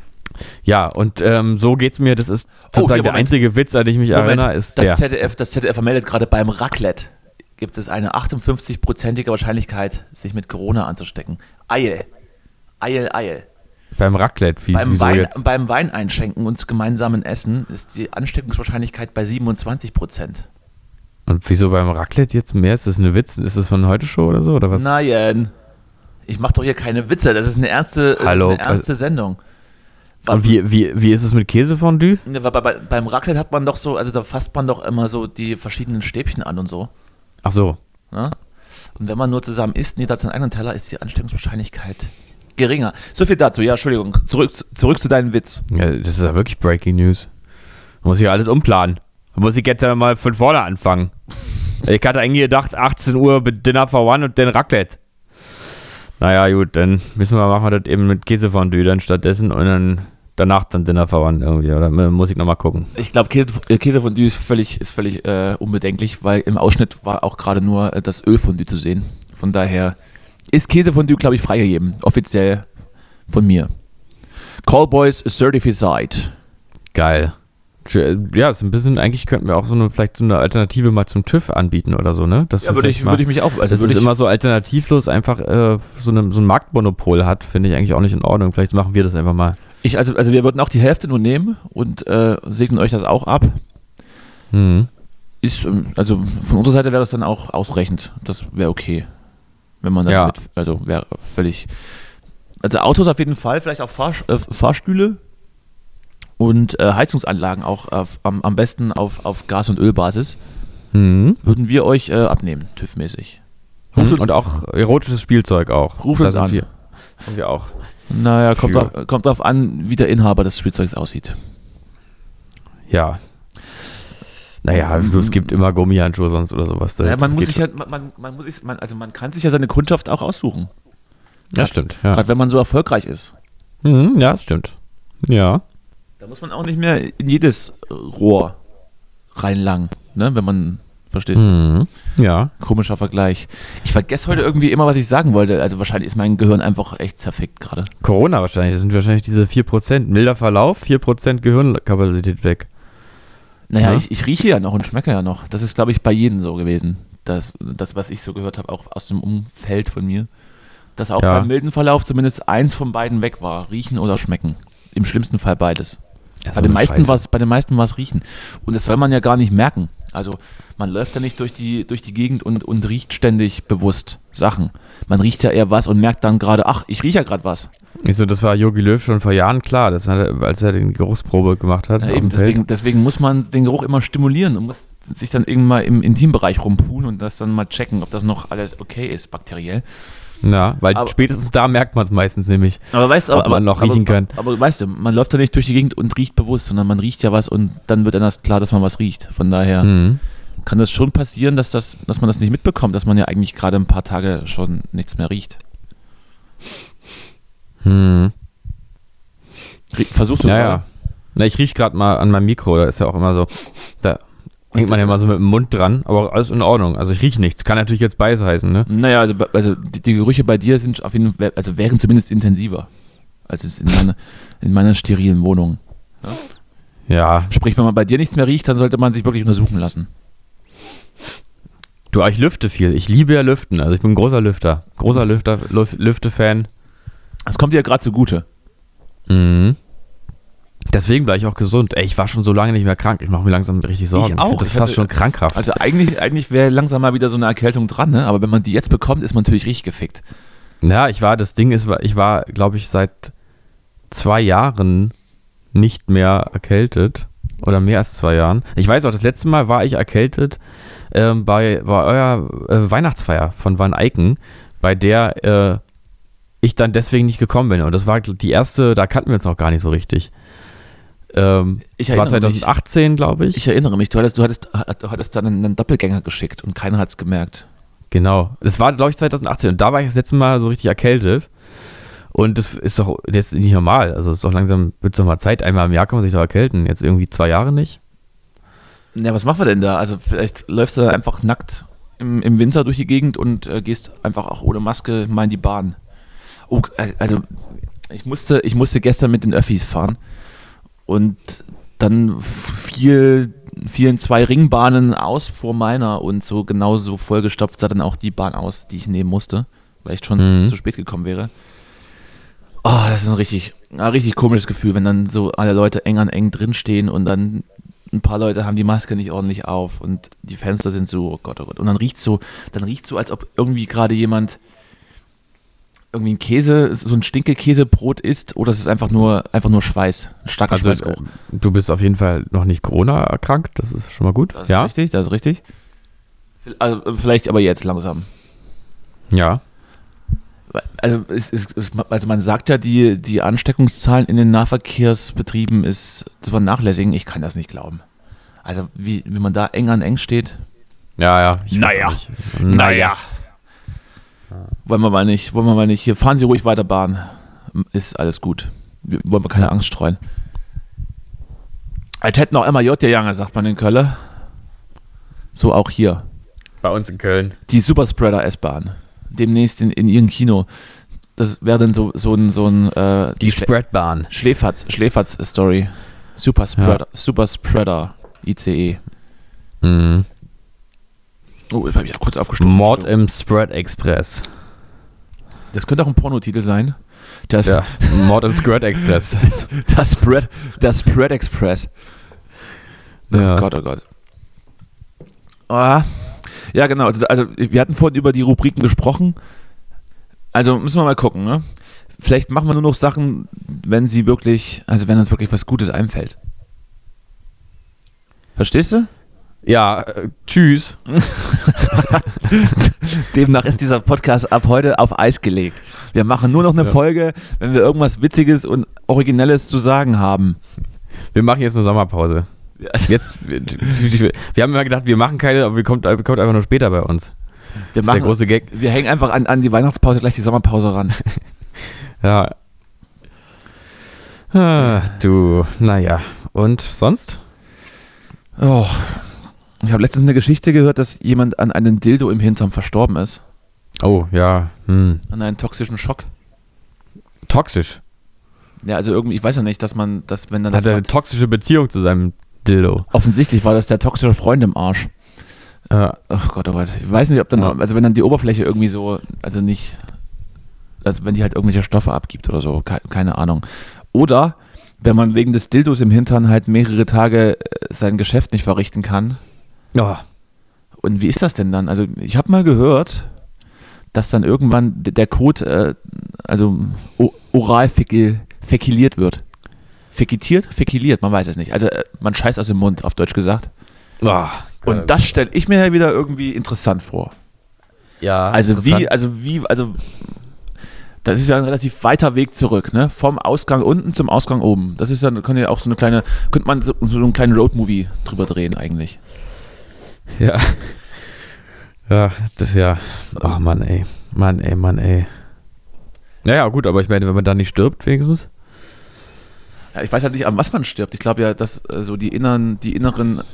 ja, und ähm, so geht's mir. Das ist Oh, sozusagen hier, der Moment. einzige Witz, an den ich mich Moment, erinnere, ist das der. Z D F, das Z D F vermeldet gerade, beim Raclette gibt es eine achtundfünfzig-prozentige Wahrscheinlichkeit, sich mit Corona anzustecken. Eil. Eil, Eil. Beim Raclette, wie Beim, wieso Wein, jetzt? beim Weineinschenken und gemeinsamen Essen ist die Ansteckungswahrscheinlichkeit bei siebenundzwanzig Prozent. Und wieso beim Raclette jetzt mehr? Ist das eine Witz? Ist das von heute Show oder so? Oder was? Nein. Ich mache doch hier keine Witze, das ist eine ernste, das Hallo, ist eine ernste Sendung. Und wie, wie, wie ist es mit Käsefondue? Ja, bei, bei, beim Raclette hat man doch so, also da fasst man doch immer so die verschiedenen Stäbchen an und so. Ach so. Ne? Und wenn man nur zusammen isst, jeder hat seinen eigenen Teller, ist die Ansteckungswahrscheinlichkeit geringer. So viel dazu, ja, Entschuldigung. Zurück, zurück zu deinem Witz. Ja, das ist ja wirklich Breaking News. Da muss ich alles umplanen. Da muss ich jetzt ja mal von vorne anfangen. Ich hatte eigentlich gedacht, achtzehn Uhr mit Dinner for One und dann Raclette. Naja, gut, dann müssen wir, machen wir das eben mit Käsefondue dann stattdessen und dann danach dann Dinner for One irgendwie. Oder muss ich nochmal gucken. Ich glaube, Käse, äh, Käsefondue ist völlig, ist völlig äh, unbedenklich, weil im Ausschnitt war auch gerade nur äh, das Ölfondue zu sehen. Von daher ist Käsefondue, glaube ich, freigegeben. Offiziell von mir. Callboys Certified. Geil. Ja, ist ein bisschen, eigentlich könnten wir auch so eine, vielleicht so eine Alternative mal zum TÜV anbieten oder so, ne? Dass Ja, wir würde vielleicht ich, mal- würde ich mich auch. Also dass würde es ich, immer so alternativlos einfach äh, so, eine, so ein Marktmonopol hat, finde ich eigentlich auch nicht in Ordnung. Vielleicht machen wir das einfach mal. ich, also, also wir würden auch die Hälfte nur nehmen und äh, segnen euch das auch ab. Mhm. Ist, ähm, also von unserer Seite wäre das dann auch ausreichend. Das wäre okay. Wenn man dann Ja. mit, also wäre völlig. Also Autos auf jeden Fall, vielleicht auch Fahr, äh, Fahrstühle und äh, Heizungsanlagen auch auf, am, am besten auf, auf Gas- und Ölbasis. Mhm. Würden wir euch äh, abnehmen, TÜV-mäßig. Ruft Mhm. uns- Und auch erotisches Spielzeug auch. Ruft Da uns sind an. Wir, sind wir auch. Naja, kommt, Für- drauf, kommt drauf an, wie der Inhaber des Spielzeugs aussieht. Ja. Naja, es gibt immer Gummihandschuhe sonst oder sowas. Da Ja, man muss geht sich schon. ja, man, man, man muss sich, man, also man kann sich ja seine Kundschaft auch aussuchen. Ja, stimmt. Ja. Gerade wenn man so erfolgreich ist. Mhm, ja, stimmt. Ja. Da muss man auch nicht mehr in jedes Rohr reinlangen, ne? Wenn man, verstehst du? Mhm. Ja. Komischer Vergleich. Ich vergesse heute irgendwie immer, was ich sagen wollte. Also wahrscheinlich ist mein Gehirn einfach echt zerfickt gerade. Corona wahrscheinlich. Das sind wahrscheinlich diese vier Prozent. Milder Verlauf, vier Prozent Gehirnkapazität weg. Naja, Ja. ich, ich rieche ja noch und schmecke ja noch. Das ist, glaube ich, bei jedem so gewesen. Das, das was ich so gehört habe, auch aus dem Umfeld von mir. Dass auch Ja. beim milden Verlauf zumindest eins von beiden weg war. Riechen oder schmecken. Im schlimmsten Fall beides. Ja, so Bei den, eine meisten Scheiße. war's, bei den meisten war es riechen. Und das soll man ja gar nicht merken. Also man läuft ja nicht durch die, durch die Gegend und, und riecht ständig bewusst Sachen. Man riecht ja eher was und merkt dann gerade, ach, ich rieche ja gerade was. Ich so, das war Jogi Löw schon vor Jahren klar, das hat er, als er den Geruchsprobe gemacht hat. Ja, auf eben, dem Feld. deswegen, deswegen muss man den Geruch immer stimulieren und muss sich dann irgendwann mal im Intimbereich rumpulen und das dann mal checken, ob das noch alles okay ist, bakteriell. Ja, weil Aber- spätestens da merkt man es meistens nämlich. Aber weißt du, Ob man noch riechen kann. Aber, aber weißt du, man läuft ja nicht durch die Gegend und riecht bewusst, sondern man riecht ja was und dann wird einem das klar, dass man was riecht. Von daher Mhm. kann das schon passieren, dass, das, dass man das nicht mitbekommt, dass man ja eigentlich gerade ein paar Tage schon nichts mehr riecht. Mhm. Rie- Versuchst du Ja, gerade? ja. Na, ich rieche gerade mal an meinem Mikro, da ist ja auch immer so, da hängt man ja mal so mit dem Mund dran, aber alles in Ordnung. Also ich rieche nichts. Kann natürlich jetzt beides heißen, ne? Naja, also, also die, die Gerüche bei dir sind auf jeden Fall, also wären zumindest intensiver, als es in meiner, in meiner sterilen Wohnung. Ja? Ja. Sprich, wenn man bei dir nichts mehr riecht, dann sollte man sich wirklich untersuchen lassen. Du, ich lüfte viel. Ich liebe ja Lüften. Also ich bin ein großer Lüfter. Großer Lüfter, Lüf- Lüfte-Fan. Das kommt dir ja gerade zugute. Mhm. Deswegen bleibe ich auch gesund. Ey, ich war schon so lange nicht mehr krank. Ich mache mir langsam richtig Sorgen. Ich auch. Ich finde das Ich fast hatte- schon krankhaft. Also eigentlich, eigentlich wäre langsam mal wieder so eine Erkältung dran, ne? Aber wenn man die jetzt bekommt, ist man natürlich richtig gefickt. Ja, ich war, das Ding ist, ich war, glaube ich, seit zwei Jahren nicht mehr erkältet. Oder mehr als zwei Jahren. Ich weiß auch, das letzte Mal war ich erkältet ähm, bei, bei eurer äh, Weihnachtsfeier von Van Eycken, bei der äh, ich dann deswegen nicht gekommen bin. Und das war die erste, da kannten wir uns noch gar nicht so richtig. Ähm, Ich das war erinnere mich. zwanzig achtzehn, glaube ich. Ich erinnere mich, du hattest, du hattest, du hattest dann einen Doppelgänger geschickt und keiner hat es gemerkt. Genau. Das war, glaube ich, zwanzig achtzehn. Und da war ich das letzte Mal so richtig erkältet. Und das ist doch jetzt nicht normal. Also es ist doch langsam, wird es doch mal Zeit. Einmal im Jahr kann man sich doch erkälten. Jetzt irgendwie zwei Jahre nicht. Ja, was machen wir denn da? Also vielleicht läufst du da einfach nackt im, im Winter durch die Gegend und äh, gehst einfach auch ohne Maske mal in die Bahn. Oh, äh, also ich musste, ich musste gestern mit den Öffis fahren und dann fiel, fielen zwei Ringbahnen aus vor meiner und so genauso vollgestopft sah dann auch die Bahn aus, die ich nehmen musste, weil ich schon Mhm. zu, zu spät gekommen wäre. Oh, das ist ein richtig, ein richtig komisches Gefühl, wenn dann so alle Leute eng an eng drinstehen und dann ein paar Leute haben die Maske nicht ordentlich auf und die Fenster sind so, oh Gott, oh Gott. Und dann riecht so, dann riecht so, als ob irgendwie gerade jemand irgendwie ein Käse, so ein Stinkekäsebrot isst oder es ist einfach nur, einfach nur Schweiß, ein starker Also äh, Schweißgeruch. du bist auf jeden Fall noch nicht Corona erkrankt. Das ist schon mal gut. Das ist ja? richtig, das ist richtig. Also vielleicht aber jetzt langsam. Ja. Also, es ist, es- also man sagt ja, die, die Ansteckungszahlen in den Nahverkehrsbetrieben ist zu vernachlässigen. Ich kann das nicht glauben. Also wie, wie man da eng an eng steht. Ja, ja. Ich weiß Naja. auch nicht. Naja. Wollen wir mal nicht, wollen wir mal nicht. Hier fahren Sie ruhig weiter Bahn. Ist alles gut. Wir wollen wir keine Angst streuen. Als hätten auch M A J gegangen, sagt man in Köln. So auch hier. Bei uns in Köln. Die Superspreader S-Bahn. Demnächst in, in ihrem Kino. Das wäre dann so, so ein, so ein äh, Die Schlä- Spreadbahn. Schläferz, Schläferz-Story. Superspreader, Superspreader I C E. Mhm. Oh, jetzt habe ich ja kurz aufgestoßen. Mord im Spread Express. Das könnte auch ein Pornotitel sein. Das, Ja. Mord im Spread Express. das Spread, der Spread Express. Oh Ja. Gott, oh Gott. Ah, ja, genau. Also, also, wir hatten vorhin über die Rubriken gesprochen. Also müssen wir mal gucken, ne? Vielleicht machen wir nur noch Sachen, wenn sie wirklich, also wenn uns wirklich was Gutes einfällt. Verstehst du? Ja, äh, tschüss. Demnach ist dieser Podcast ab heute auf Eis gelegt. Wir machen nur noch eine Ja. Folge, wenn wir irgendwas Witziges und Originelles zu sagen haben. Wir machen jetzt eine Sommerpause. Jetzt, wir, wir, wir haben immer gedacht, wir machen keine, aber wir kommt, wir kommt einfach nur später bei uns. Wir, Das ist der große Gag. wir hängen einfach an, an die Weihnachtspause gleich die Sommerpause ran. Ja. Ah, du, naja. Und sonst? Oh. Ich habe letztens eine Geschichte gehört, dass jemand an einem Dildo im Hintern verstorben ist. Oh, ja. Hm. An einem toxischen Schock. Toxisch. Ja, also irgendwie, ich weiß ja nicht, dass man, dass wenn dann Hat das er war, eine toxische Beziehung zu seinem Dildo? offensichtlich war das der toxische Freund im Arsch. Ja. Ach Gott, oh Gott. Ich weiß nicht, ob dann, Ja. also wenn dann die Oberfläche irgendwie so, also nicht, also wenn die halt irgendwelche Stoffe abgibt oder so, ke- keine Ahnung. Oder wenn man wegen des Dildos im Hintern halt mehrere Tage äh, sein Geschäft nicht verrichten kann. Oh. Und wie ist das denn dann? Also ich habe mal gehört, dass dann irgendwann d- der Kot, äh, also o- oral fäkil, fäkiliert wird. Fäkitiert? Fäkiliert, man weiß es nicht. Also äh, man scheißt aus dem Mund, auf Deutsch gesagt. Oh. Und das stelle ich mir ja wieder irgendwie interessant vor. Ja, Also wie, interessant. also wie, also das ist ja ein relativ weiter Weg zurück, ne? Vom Ausgang unten zum Ausgang oben. Das ist ja, könnte ja auch so eine kleine, könnte man so, so einen kleinen Roadmovie drüber drehen eigentlich. Ja. Ja, das ja. Ach Mann, ey. Mann, ey, Mann, ey. Naja, gut, aber ich meine, wenn man da nicht stirbt, wenigstens. Ja, ich weiß halt nicht, an was man stirbt. Ich glaube ja, dass äh, so die inneren, die inneren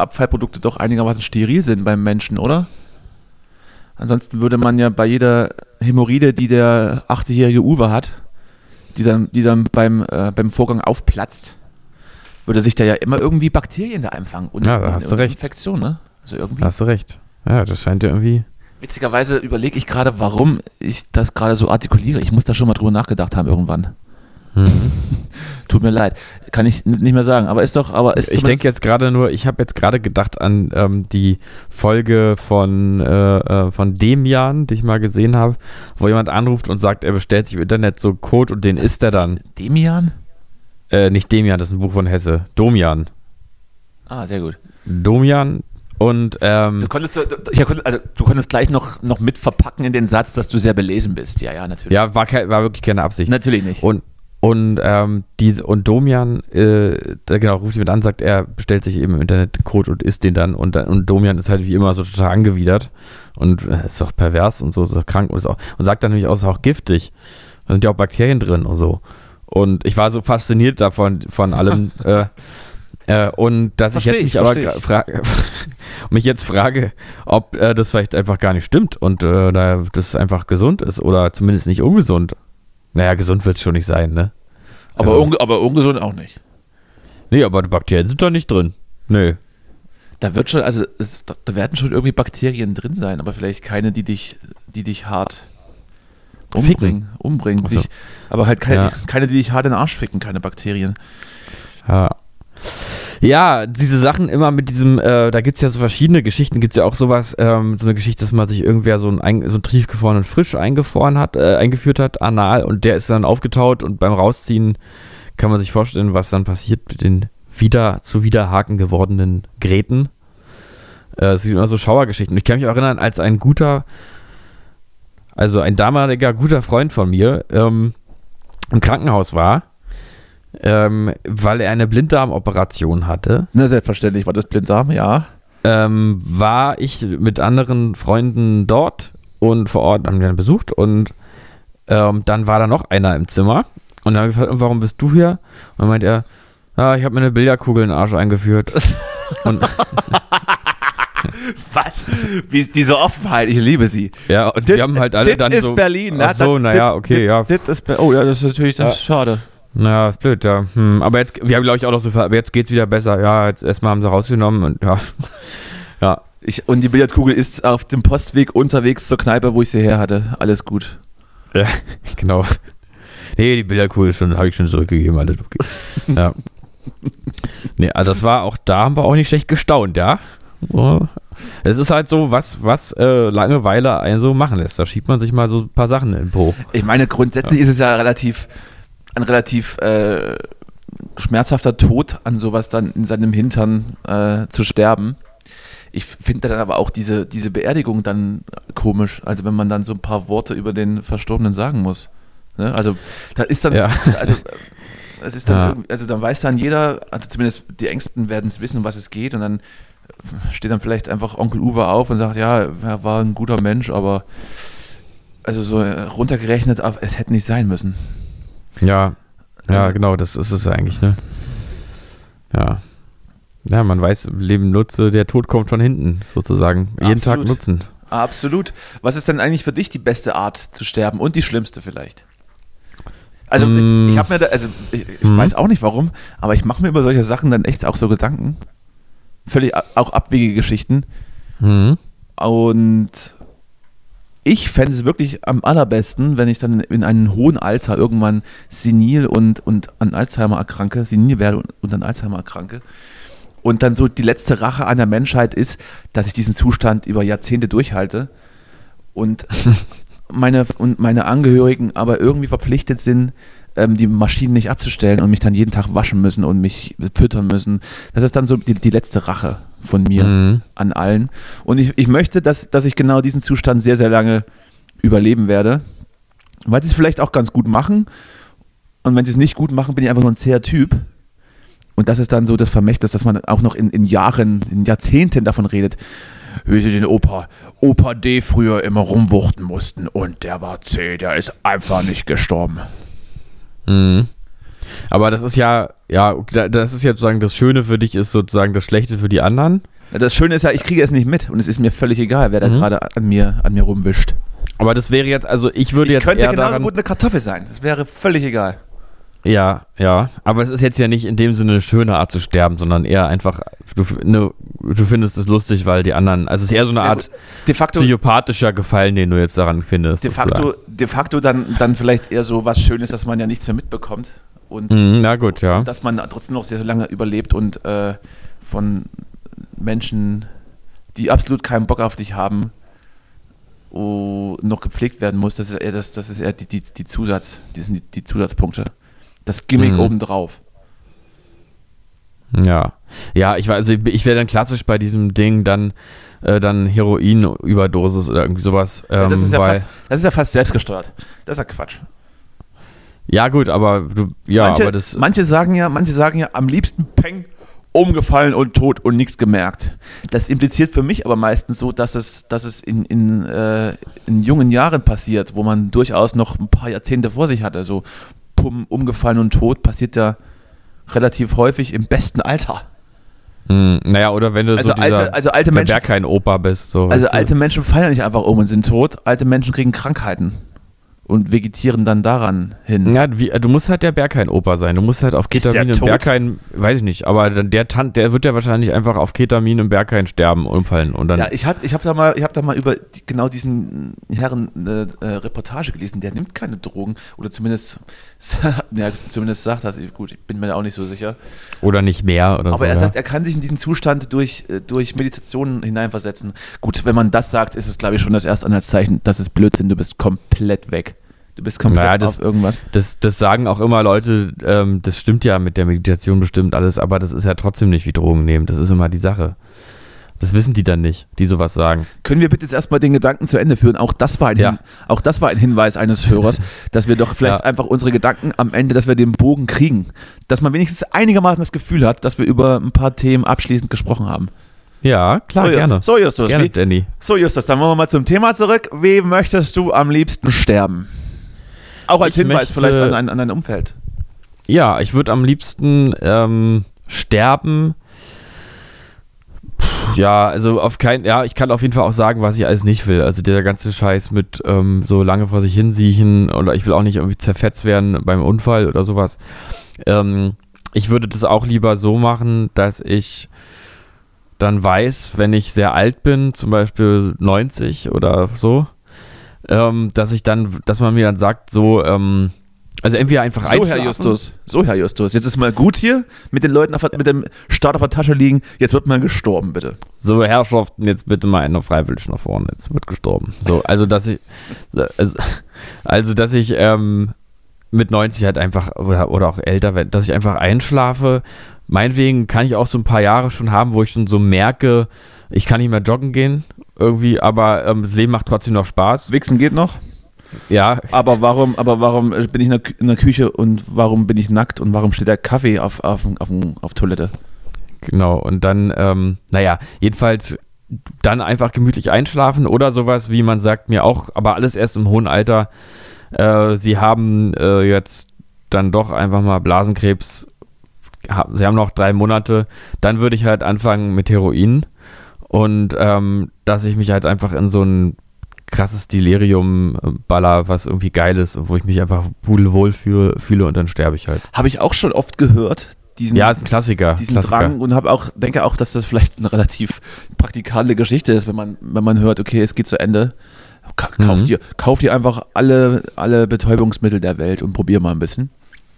Abfallprodukte doch einigermaßen steril sind beim Menschen, oder? Ansonsten würde man ja bei jeder Hämorrhoide, die der achtzigjährige Uwe hat, die dann, die dann beim, äh, beim Vorgang aufplatzt, würde sich da ja immer irgendwie Bakterien da einfangen. Und, Ja, da und, hast du und recht. Infektion, ne? Also irgendwie. Da hast du recht. Ja, das scheint ja irgendwie. Witzigerweise überlege ich gerade, warum ich das gerade so artikuliere. Ich muss da schon mal drüber nachgedacht haben irgendwann. Mhm. Tut mir leid. Kann ich n- nicht mehr sagen. Aber ist doch, aber ist Ich denke zumindest- jetzt gerade nur, ich habe jetzt gerade gedacht an ähm, die Folge von, äh, äh, von Demian, die ich mal gesehen habe, wo jemand anruft und sagt, er bestellt sich im Internet so Code und den isst er dann. Demian? Äh, nicht Demian, das ist ein Buch von Hesse. Domian. Ah, sehr gut. Domian und ähm, Du konntest, du, du- ich konnte, also, du konntest gleich noch, noch mit verpacken in den Satz, dass du sehr belesen bist. Ja, ja, natürlich. ja, war, ke- war wirklich keine Absicht. Natürlich nicht. Und und ähm, die, und Domian, äh, da genau, ruft jemand an, sagt, er bestellt sich eben im Internet Code und isst den dann und, dann- und Domian ist halt wie immer so total angewidert und äh, ist auch pervers und so, ist auch krank und, ist auch, und sagt dann nämlich auch, ist auch giftig. Da sind ja auch Bakterien drin und so. Und ich war so fasziniert davon, von allem, äh, äh, und dass Versteh ich jetzt ich, mich aber versteh gra- ich. frage, mich jetzt frage, ob äh, das vielleicht einfach gar nicht stimmt und äh, da das einfach gesund ist oder zumindest nicht ungesund. Naja, gesund wird es schon nicht sein, ne? aber, also- unge- aber ungesund auch nicht. Nee, aber die Bakterien sind da nicht drin. Nee. Da wird schon, also es, da, da werden schon irgendwie Bakterien drin sein, aber vielleicht keine, die dich, die dich hart umbringen. umbringen Ach so. dich, aber halt keine, Ja. keine, die dich hart in den Arsch ficken, keine Bakterien. Ja. Ja, diese Sachen immer mit diesem, äh, da gibt es ja so verschiedene Geschichten, gibt es ja auch sowas, ähm, so eine Geschichte, dass man sich irgendwer so einen, ein, so einen tiefgefrorenen Frisch eingefroren hat, äh, eingeführt hat, anal, und der ist dann aufgetaut und beim Rausziehen kann man sich vorstellen, was dann passiert mit den wieder zu Widerhaken gewordenen Gräten. Äh, es sind immer so Schauergeschichten. Und ich kann mich auch erinnern, als ein guter, also ein damaliger guter Freund von mir ähm, im Krankenhaus war, ähm, weil er eine Blinddarmoperation hatte, Na, selbstverständlich war das Blinddarm, ja. ähm, war ich mit anderen Freunden dort und vor Ort haben wir ihn besucht und ähm, dann war da noch einer im Zimmer und dann habe ich gefragt, warum bist du hier? Und dann meint er, ah, ich habe mir eine Billardkugel in den Arsch eingeführt. Und Was? Wie diese Offenheit, ich liebe sie. ja, und Dit- wir haben halt alle dit dann ist so, Berlin, ach so, Dit- naja, dit- okay, dit- ja, dit ist Be- oh ja, das ist natürlich das ist schade. naja, ist blöd, ja. Hm, aber jetzt, wir haben glaube ich auch noch so, aber jetzt geht's wieder besser. Ja, jetzt erstmal haben sie rausgenommen und ja, ja, Ich, und die Billardkugel ist auf dem Postweg unterwegs zur Kneipe, wo ich sie her hatte. Alles gut. ja, genau. Nee, die Bilderkugel ist schon, habe ich schon zurückgegeben, alles okay. Ja. Nee, also das war auch, da haben wir auch nicht schlecht gestaunt, ja. Oh. Es ist halt so, was, was äh, Langeweile einen so machen lässt. Da schiebt man sich mal so ein paar Sachen in den Po. Ich meine, grundsätzlich ist es ja relativ ein relativ äh, schmerzhafter Tod, an sowas dann in seinem Hintern äh, zu sterben. Ich finde dann aber auch diese, diese Beerdigung dann komisch, also wenn man dann so ein paar Worte über den Verstorbenen sagen muss. Ne? Also da ist dann, Ja. also es ist dann, Ja. irgendwie- also dann weiß dann jeder, also zumindest die Ängsten werden es wissen, um was es geht, und dann steht dann vielleicht einfach Onkel Uwe auf und sagt, ja, er war ein guter Mensch, aber also so äh, runtergerechnet, aber es hätte nicht sein müssen. Ja, ja, Also- genau, das ist es eigentlich, ne? Ja. Ja, man weiß, im Leben nutze, der Tod kommt von hinten, sozusagen. Jeden Tag Absolut. nutzen. Absolut. Was ist denn eigentlich für dich die beste Art zu sterben und die schlimmste vielleicht? Also Mm. ich habe mir da, also ich, ich Mhm. weiß auch nicht warum, aber ich mache mir über solche Sachen dann echt auch so Gedanken. Völlig a- auch abwegige Geschichten. Mhm. Und ich fände es wirklich am allerbesten, wenn ich dann in einem hohen Alter irgendwann senil und, und an Alzheimer erkranke, senil werde und, und an Alzheimer erkranke. Und dann so die letzte Rache an der Menschheit ist, dass ich diesen Zustand über Jahrzehnte durchhalte und meine, und meine Angehörigen aber irgendwie verpflichtet sind, ähm, die Maschinen nicht abzustellen und mich dann jeden Tag waschen müssen und mich füttern müssen. Das ist dann so die, die letzte Rache von mir Mhm. an allen. Und ich, ich möchte, dass, dass ich genau diesen Zustand sehr, sehr lange überleben werde, weil sie es vielleicht auch ganz gut machen. Und wenn sie es nicht gut machen, bin ich einfach nur ein zäher Typ. Und das ist dann so das Vermächtnis, dass man auch noch in, in Jahren, in Jahrzehnten davon redet, wie sie den Opa, Opa D früher immer rumwuchten mussten und der war zäh, der ist einfach nicht gestorben. Mhm. Aber das ist ja, ja, das ist ja sozusagen das Schöne für dich, ist sozusagen das Schlechte für die anderen. Das Schöne ist ja, ich kriege es nicht mit und es ist mir völlig egal, wer da Mhm. gerade an mir, an mir rumwischt. Aber das wäre jetzt, also ich würde Ich jetzt könnte eher genauso daran, gut eine Kartoffel sein. Das wäre völlig egal. ja, ja, aber es ist jetzt ja nicht in dem Sinne eine schöne Art zu sterben, sondern eher einfach, du, ne, du findest es lustig, weil die anderen, also es ist eher so eine Ja, Art gut. De facto, psychopathischer Gefallen, den du jetzt daran findest. de facto, de facto dann, dann vielleicht eher so was Schönes, dass man ja nichts mehr mitbekommt und Mhm, na gut, ja. dass man trotzdem noch sehr lange überlebt und äh, von Menschen, die absolut keinen Bock auf dich haben, oh, noch gepflegt werden muss. Das ist eher, das, das ist eher die, die, die, Zusatz, die, sind die, die Zusatzpunkte. Das Gimmick Mhm. obendrauf. Ja, ja, ich war, also ich, ich wäre dann klassisch bei diesem Ding dann, äh, dann Heroin-Überdosis oder irgendwie sowas. Ähm, das, ist ja weil, fast, das ist ja fast selbstgesteuert. Das ist ja Quatsch. ja gut, aber du, ja, manche, aber das, manche sagen ja, manche sagen ja, am liebsten Peng, umgefallen und tot und nichts gemerkt. Das impliziert für mich aber meistens so, dass es, dass es in, in, äh, in jungen Jahren passiert, wo man durchaus noch ein paar Jahrzehnte vor sich hatte. So pum, umgefallen und tot passiert ja relativ häufig im besten Alter. mh, naja, oder wenn du Also so dieser, alte, also alte der Menschen, Berghain-Opa bist. So, also weißt du? alte Menschen fallen nicht einfach um und sind tot. Alte Menschen kriegen Krankheiten und vegetieren dann daran hin. Ja, wie, du musst halt der Berghain-Opa sein. Du musst halt auf Ist der Ketamin im tot? Berghain, weiß ich nicht, aber dann der Tant, der wird ja wahrscheinlich einfach auf Ketamin im Berghain sterben, umfallen und dann. Ja, ich habe ich hab da, mal- ich hab da mal über die, genau diesen Herren eine äh, Reportage gelesen, der nimmt keine Drogen oder zumindest, ja, zumindest sagt das, gut, ich bin mir da auch nicht so sicher, oder nicht mehr oder aber so. er ja. sagt, er kann sich in diesen Zustand durch, äh, durch Meditation hineinversetzen. Gut, wenn man das sagt, ist es glaube ich schon das erste Anhaltszeichen, das ist Blödsinn, du bist komplett weg. Du bist komplett Naja, das- auf irgendwas. Das, das sagen auch immer Leute, ähm, das stimmt ja mit der Meditation bestimmt alles, aber das ist ja trotzdem nicht wie Drogen nehmen. Das ist immer die Sache. Das wissen die dann nicht, die sowas sagen. Können wir bitte jetzt erstmal den Gedanken zu Ende führen? Auch das war ein, Ja. Hin, auch das war ein Hinweis eines Hörers, dass wir doch vielleicht Ja. einfach unsere Gedanken am Ende, dass wir den Bogen kriegen. Dass man wenigstens einigermaßen das Gefühl hat, dass wir über ein paar Themen abschließend gesprochen haben. Ja, klar, so, gerne. So, Justus. Gerne, Wie, Danny. so, Justus, dann wollen wir mal zum Thema zurück. Wie möchtest du am liebsten sterben? Auch als Ich Hinweis möchte- vielleicht an, an, an dein Umfeld. Ja, ich würde am liebsten ähm, sterben. Puh, ja, also auf kein, ja, ich kann auf jeden Fall auch sagen, was ich alles nicht will. Also der ganze Scheiß mit ähm, so lange vor sich hinsiechen oder ich will auch nicht irgendwie zerfetzt werden beim Unfall oder sowas. Ähm, ich würde das auch lieber so machen, dass ich dann weiß, wenn ich sehr alt bin, zum Beispiel neunzig oder so, ähm, dass ich dann, dass man mir dann sagt, so, ähm, also entweder einfach So, einschlafen. Herr Justus. So, Herr Justus. Jetzt ist mal gut hier mit den Leuten auf, der- mit dem Start auf der Tasche liegen. Jetzt wird mal gestorben, bitte. So, Herrschaften, jetzt bitte mal einer freiwillig nach vorne, jetzt wird gestorben. So, also, dass ich, also, also dass ich ähm, mit neunzig halt einfach, oder, oder auch älter werde, dass ich einfach einschlafe. Meinetwegen kann ich auch so ein paar Jahre schon haben, wo ich schon so merke, ich kann nicht mehr joggen gehen, irgendwie, aber ähm, das Leben macht trotzdem noch Spaß. Wichsen geht noch. Ja, Aber warum, aber warum bin ich in der, Kü- in der Küche und warum bin ich nackt und warum steht der Kaffee auf, auf, auf, auf Toilette? genau. Und dann, ähm, naja, jedenfalls dann einfach gemütlich einschlafen oder sowas, wie man sagt mir auch, aber alles erst im hohen Alter. Äh, sie haben äh, jetzt dann doch einfach mal Blasenkrebs. Haben, sie haben noch drei Monate. Dann würde ich halt anfangen mit Heroin und ähm, dass ich mich halt einfach in so ein krasses Delirium äh, baller, was irgendwie geil ist und wo ich mich einfach pudelwohl fühle, fühle und dann sterbe ich halt. Habe ich auch schon oft gehört, diesen, Ja, ist ein Klassiker. diesen Klassiker. Drang und habe auch, denke auch, dass das vielleicht eine relativ praktikable Geschichte ist, wenn man, wenn man hört, okay, es geht zu Ende. Ka kauf, Mhm. dir, kauf dir einfach alle, alle Betäubungsmittel der Welt und probier mal ein bisschen.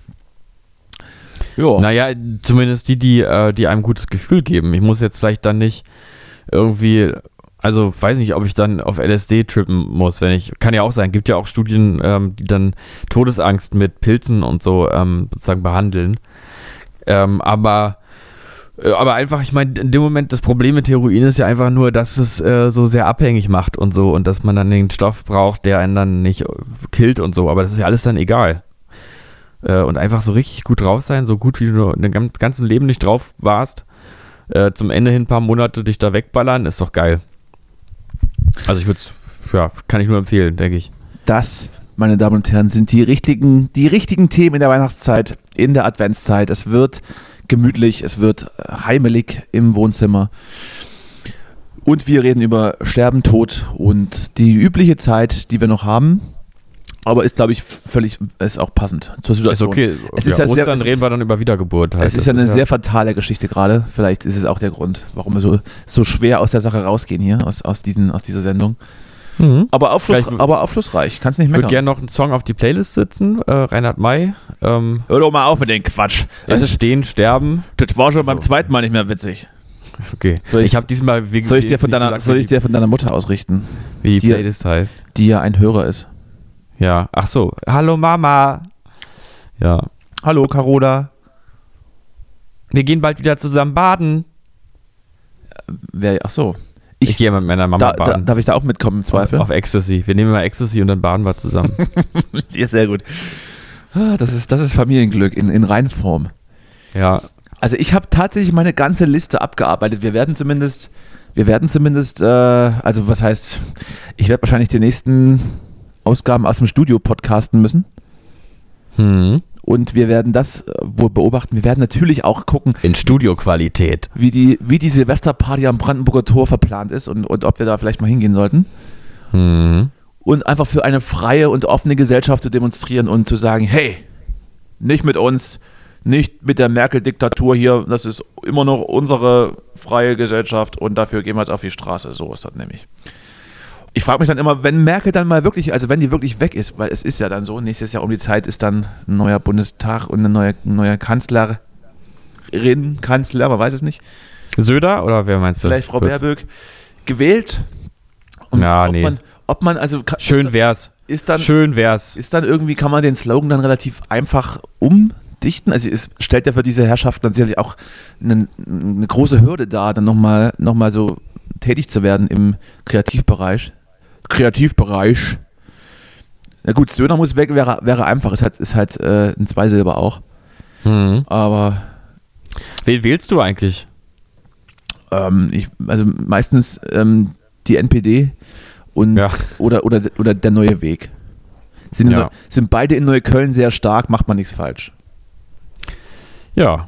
Ja. Naja, zumindest die, die, äh, die einem ein gutes Gefühl geben. Ich muss jetzt vielleicht dann nicht irgendwie, also weiß nicht, ob ich dann auf L S D trippen muss, wenn ich, kann ja auch sein, gibt ja auch Studien, ähm, die dann Todesangst mit Pilzen und so ähm, sozusagen behandeln. Ähm, aber äh, aber einfach, ich meine, in dem Moment, das Problem mit Heroin ist ja einfach nur, dass es äh, so sehr abhängig macht und so und dass man dann den Stoff braucht, der einen dann nicht killt und so, aber das ist ja alles dann egal. Und einfach so richtig gut drauf sein, so gut wie du in deinem ganzen Leben nicht drauf warst, äh, zum Ende hin ein paar Monate dich da wegballern, ist doch geil. Also ich würde es, ja, kann ich nur empfehlen, denke ich. Das, meine Damen und Herren, sind die richtigen, die richtigen Themen in der Weihnachtszeit. in der Adventszeit. Es wird gemütlich, es wird heimelig im Wohnzimmer. Und wir reden über Sterben, Tod und die übliche Zeit, die wir noch haben. Aber ist, glaube ich, völlig, ist auch passend zur Situation. Ist okay. Es ja, ist ja Ostern sehr, es reden ist, wir dann über Wiedergeburt. Halt. Es ist Das ja eine sehr fatale Geschichte gerade. Vielleicht ist es auch der Grund, warum wir so, so schwer aus der Sache rausgehen hier, aus, aus, diesen, aus dieser Sendung. Mhm. Aber, Aufschluss, Vielleicht- aber aufschlussreich, kannst nicht Ich würde meckern. gerne noch einen Song auf die Playlist setzen. Äh, Reinhard May. Ähm, Hör doch mal auf mit dem Quatsch. Das, ist, Entstehen, Sterben. das war schon beim So. zweiten Mal nicht mehr witzig. Okay. Soll ich- ich habe diesmal wegen. Soll ich dir von wie deiner, gesagt, soll ich dir von deiner Mutter ausrichten, wie die dir- Playlist heißt. die ja ein Hörer ist? Ja. Ach so. Hallo Mama. Ja. Hallo Carola. Wir gehen bald wieder zusammen baden. Wer, ach so. Ich, Ich- gehe mit meiner Mama Da, da, baden. darf ich da auch mitkommen im Zweifel? Auf Ecstasy. Wir nehmen mal Ecstasy und dann baden wir zusammen. Ja, sehr gut. Ah, Das ist, das ist Familienglück in, in Reinform. Ja. Also ich habe tatsächlich meine ganze Liste abgearbeitet. Wir werden zumindest, wir werden zumindest, äh, also was heißt, ich werde wahrscheinlich die nächsten Ausgaben aus dem Studio podcasten müssen. Hm. Und wir werden das äh, wohl beobachten. Wir werden natürlich auch gucken, In Studioqualität. wie die, wie die Silvesterparty am Brandenburger Tor verplant ist und, und ob wir da vielleicht mal hingehen sollten. Hm. Und einfach für eine freie und offene Gesellschaft zu demonstrieren und zu sagen, hey, nicht mit uns, nicht mit der Merkel-Diktatur hier, das ist immer noch unsere freie Gesellschaft und dafür gehen wir jetzt auf die Straße. So ist das nämlich. Ich frage mich dann immer, wenn Merkel dann mal wirklich, also wenn die wirklich weg ist, weil es ist ja dann so, nächstes Jahr um die Zeit ist dann ein neuer Bundestag und eine neue, neue Kanzlerin, Kanzler, man weiß es nicht, Söder oder wer meinst du? vielleicht Frau Kurz. Baerböck, gewählt. Und Ja, ob nee. man, ob man, also ka- Schön ist, wär's. ist dann, Schön wär's. ist dann irgendwie, kann man den Slogan dann relativ einfach umdichten? Also es stellt ja für diese Herrschaft dann sicherlich auch eine, eine große Hürde dar, dann nochmal noch mal so tätig zu werden im Kreativbereich. Kreativbereich. Na gut, Söder muss weg, wäre, wäre einfach, ist halt, ist halt äh, ein Zweisilber auch. Hm. Aber Wen wählst du eigentlich? ähm, ich, also meistens ähm, die N P D und Ja. oder, oder, oder der neue Weg. Sind, in Ja. Neu- sind beide in Neukölln sehr stark, macht man nichts falsch. Ja.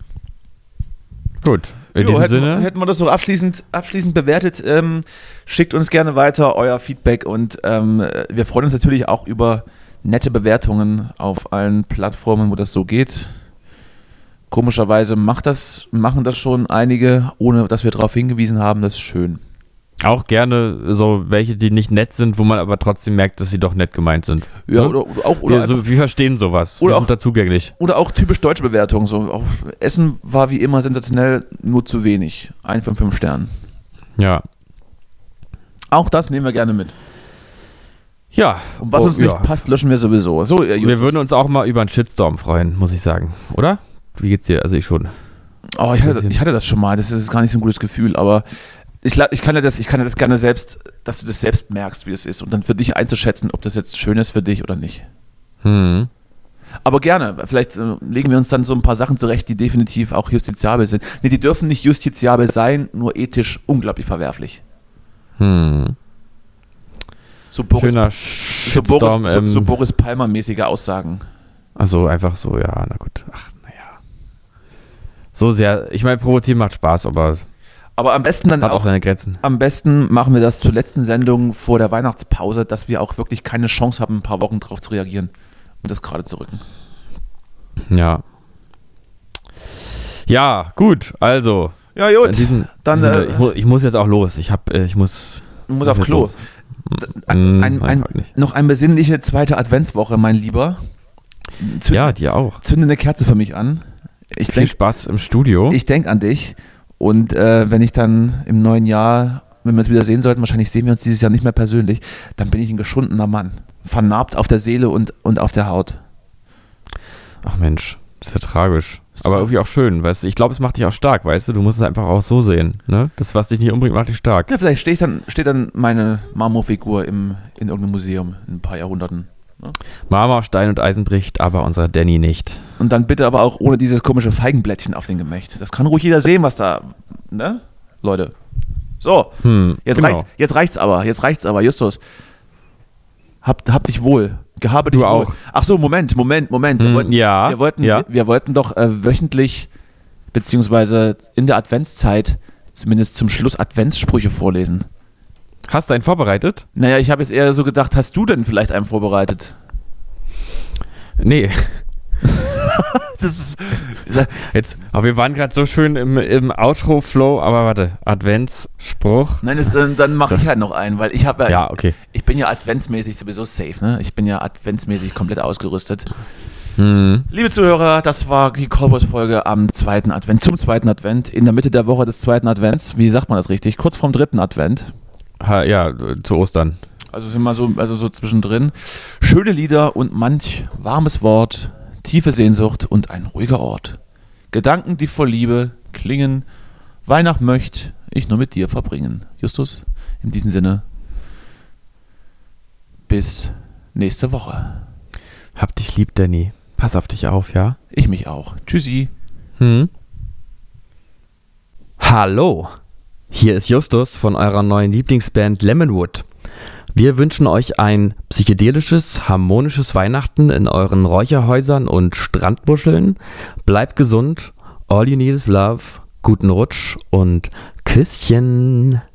Gut. In Jo, diesem hätten, Sinne. hätten wir das so abschließend, abschließend bewertet. Ähm, schickt uns gerne weiter euer Feedback und ähm, wir freuen uns natürlich auch über nette Bewertungen auf allen Plattformen, wo das so geht. Komischerweise macht das, machen das schon einige, ohne dass wir darauf hingewiesen haben. Das ist schön. Auch gerne so welche, die nicht nett sind, wo man aber trotzdem merkt, dass sie doch nett gemeint sind. Ja, Ne? oder, oder auch, oder, wir, einfach, so, wir verstehen sowas. Oder wir auch- sind da zugänglich. oder auch typisch deutsche Bewertungen. So, auch Essen war wie immer sensationell, nur zu wenig. Ein von fünf Sternen. Ja. Auch das nehmen wir gerne mit. Ja. Und was Oh, uns nicht ja. passt, löschen wir sowieso. So, ihr Wir Justus. würden uns auch mal über einen Shitstorm freuen, muss ich sagen. Oder? Wie geht's dir? Also ich schon. Oh, ich hatte, ich hatte das schon mal, das ist gar nicht so ein gutes Gefühl, aber ich, la- ich, kann ja das, ich kann ja das gerne selbst, dass du das selbst merkst, wie es ist und dann für dich einzuschätzen, ob das jetzt schön ist für dich oder nicht. Hm. Aber gerne, vielleicht äh, legen wir uns dann so ein paar Sachen zurecht, die definitiv auch justiziabel sind. Nee, die dürfen nicht justiziabel sein, nur ethisch unglaublich verwerflich. Hm. So Boris, Schöner so Shitstorm. Boris, so, ähm, so Boris Palmer-mäßige Aussagen. Also einfach so, ja, na gut. Ach, naja. So sehr, ich meine, provozieren macht Spaß, aber Aber am besten dann hat auch auch, seine Grenzen. am besten machen wir das zur letzten Sendung vor der Weihnachtspause, dass wir auch wirklich keine Chance haben, ein paar Wochen drauf zu reagieren und das gerade zu rücken. Ja. Ja, gut, also. Ja, In gut. diesem, Dann, Sinne, äh, ich, mu ich muss jetzt auch los. Ich hab, äh, ich muss. Du musst ich auf muss Klo. los. Ein, Mm, ein, nein, ein, frag nicht. noch eine besinnliche zweite Adventswoche, mein Lieber. Zünde, Ja, dir auch. zünde eine Kerze für mich an. Ich Viel denke Spaß im Studio. ich denk an dich. Und äh, wenn ich dann im neuen Jahr, wenn wir uns wieder sehen sollten, wahrscheinlich sehen wir uns dieses Jahr nicht mehr persönlich, dann bin ich ein geschundener Mann. Vernarbt auf der Seele und, und auf der Haut. Ach Mensch, das ist ja tragisch. Ist Aber tra- irgendwie auch schön, weißt du. Ich glaube, es macht dich auch stark, weißt du. Du musst es einfach auch so sehen. Ne? Das, was dich nicht umbringt, macht dich stark. Ja, vielleicht steht dann, steht dann meine Marmorfigur im, in irgendeinem Museum in ein paar Jahrhunderten. Marmor, Stein und Eisen bricht, aber unser Danny nicht. Und dann bitte aber auch ohne dieses komische Feigenblättchen auf dem Gemächt. Das kann ruhig jeder sehen, was da, ne? Leute. So, Hm, jetzt, genau. reicht's, jetzt reicht's aber, jetzt reicht's aber, Justus. Hab, hab dich wohl. Gehabe dich Du wohl. auch. Ach so, Moment, Moment, Moment. Wir Hm, wollten, ja, wir wollten, ja. wir, wir wollten doch äh, wöchentlich, beziehungsweise in der Adventszeit, zumindest zum Schluss Adventssprüche vorlesen. Hast du einen vorbereitet? Naja, ich habe jetzt eher so gedacht, hast du denn vielleicht einen vorbereitet? Nee. Das ist, Jetzt, aber wir waren gerade so schön im, im Outro-Flow, aber warte, Adventsspruch. nein, das, äh, dann mache ich halt noch einen, weil ich habe ja, Ja, okay. ich, ich bin ja adventsmäßig sowieso safe, ne? Ich bin ja adventsmäßig komplett ausgerüstet. Hm. Liebe Zuhörer, das war die Cowboys-Folge am zweiten Advent, zum zweiten Advent, in der Mitte der Woche des zweiten Advents. Wie sagt man das richtig? Kurz vorm dritten Advent. Ha, ja, zu Ostern. Also sind wir so, also so zwischendrin. Schöne Lieder und manch warmes Wort, tiefe Sehnsucht und ein ruhiger Ort. Gedanken, die voll Liebe klingen. Weihnacht möcht ich nur mit dir verbringen. Justus, in diesem Sinne, bis nächste Woche. Hab dich lieb, Danny. Pass auf dich auf, ja? Ich mich auch. Tschüssi. Hm? Hallo, hier ist Justus von eurer neuen Lieblingsband Lemonwood. Wir wünschen euch ein psychedelisches, harmonisches Weihnachten in euren Räucherhäusern und Strandmuscheln. Bleibt gesund, all you need is love, guten Rutsch und Küsschen.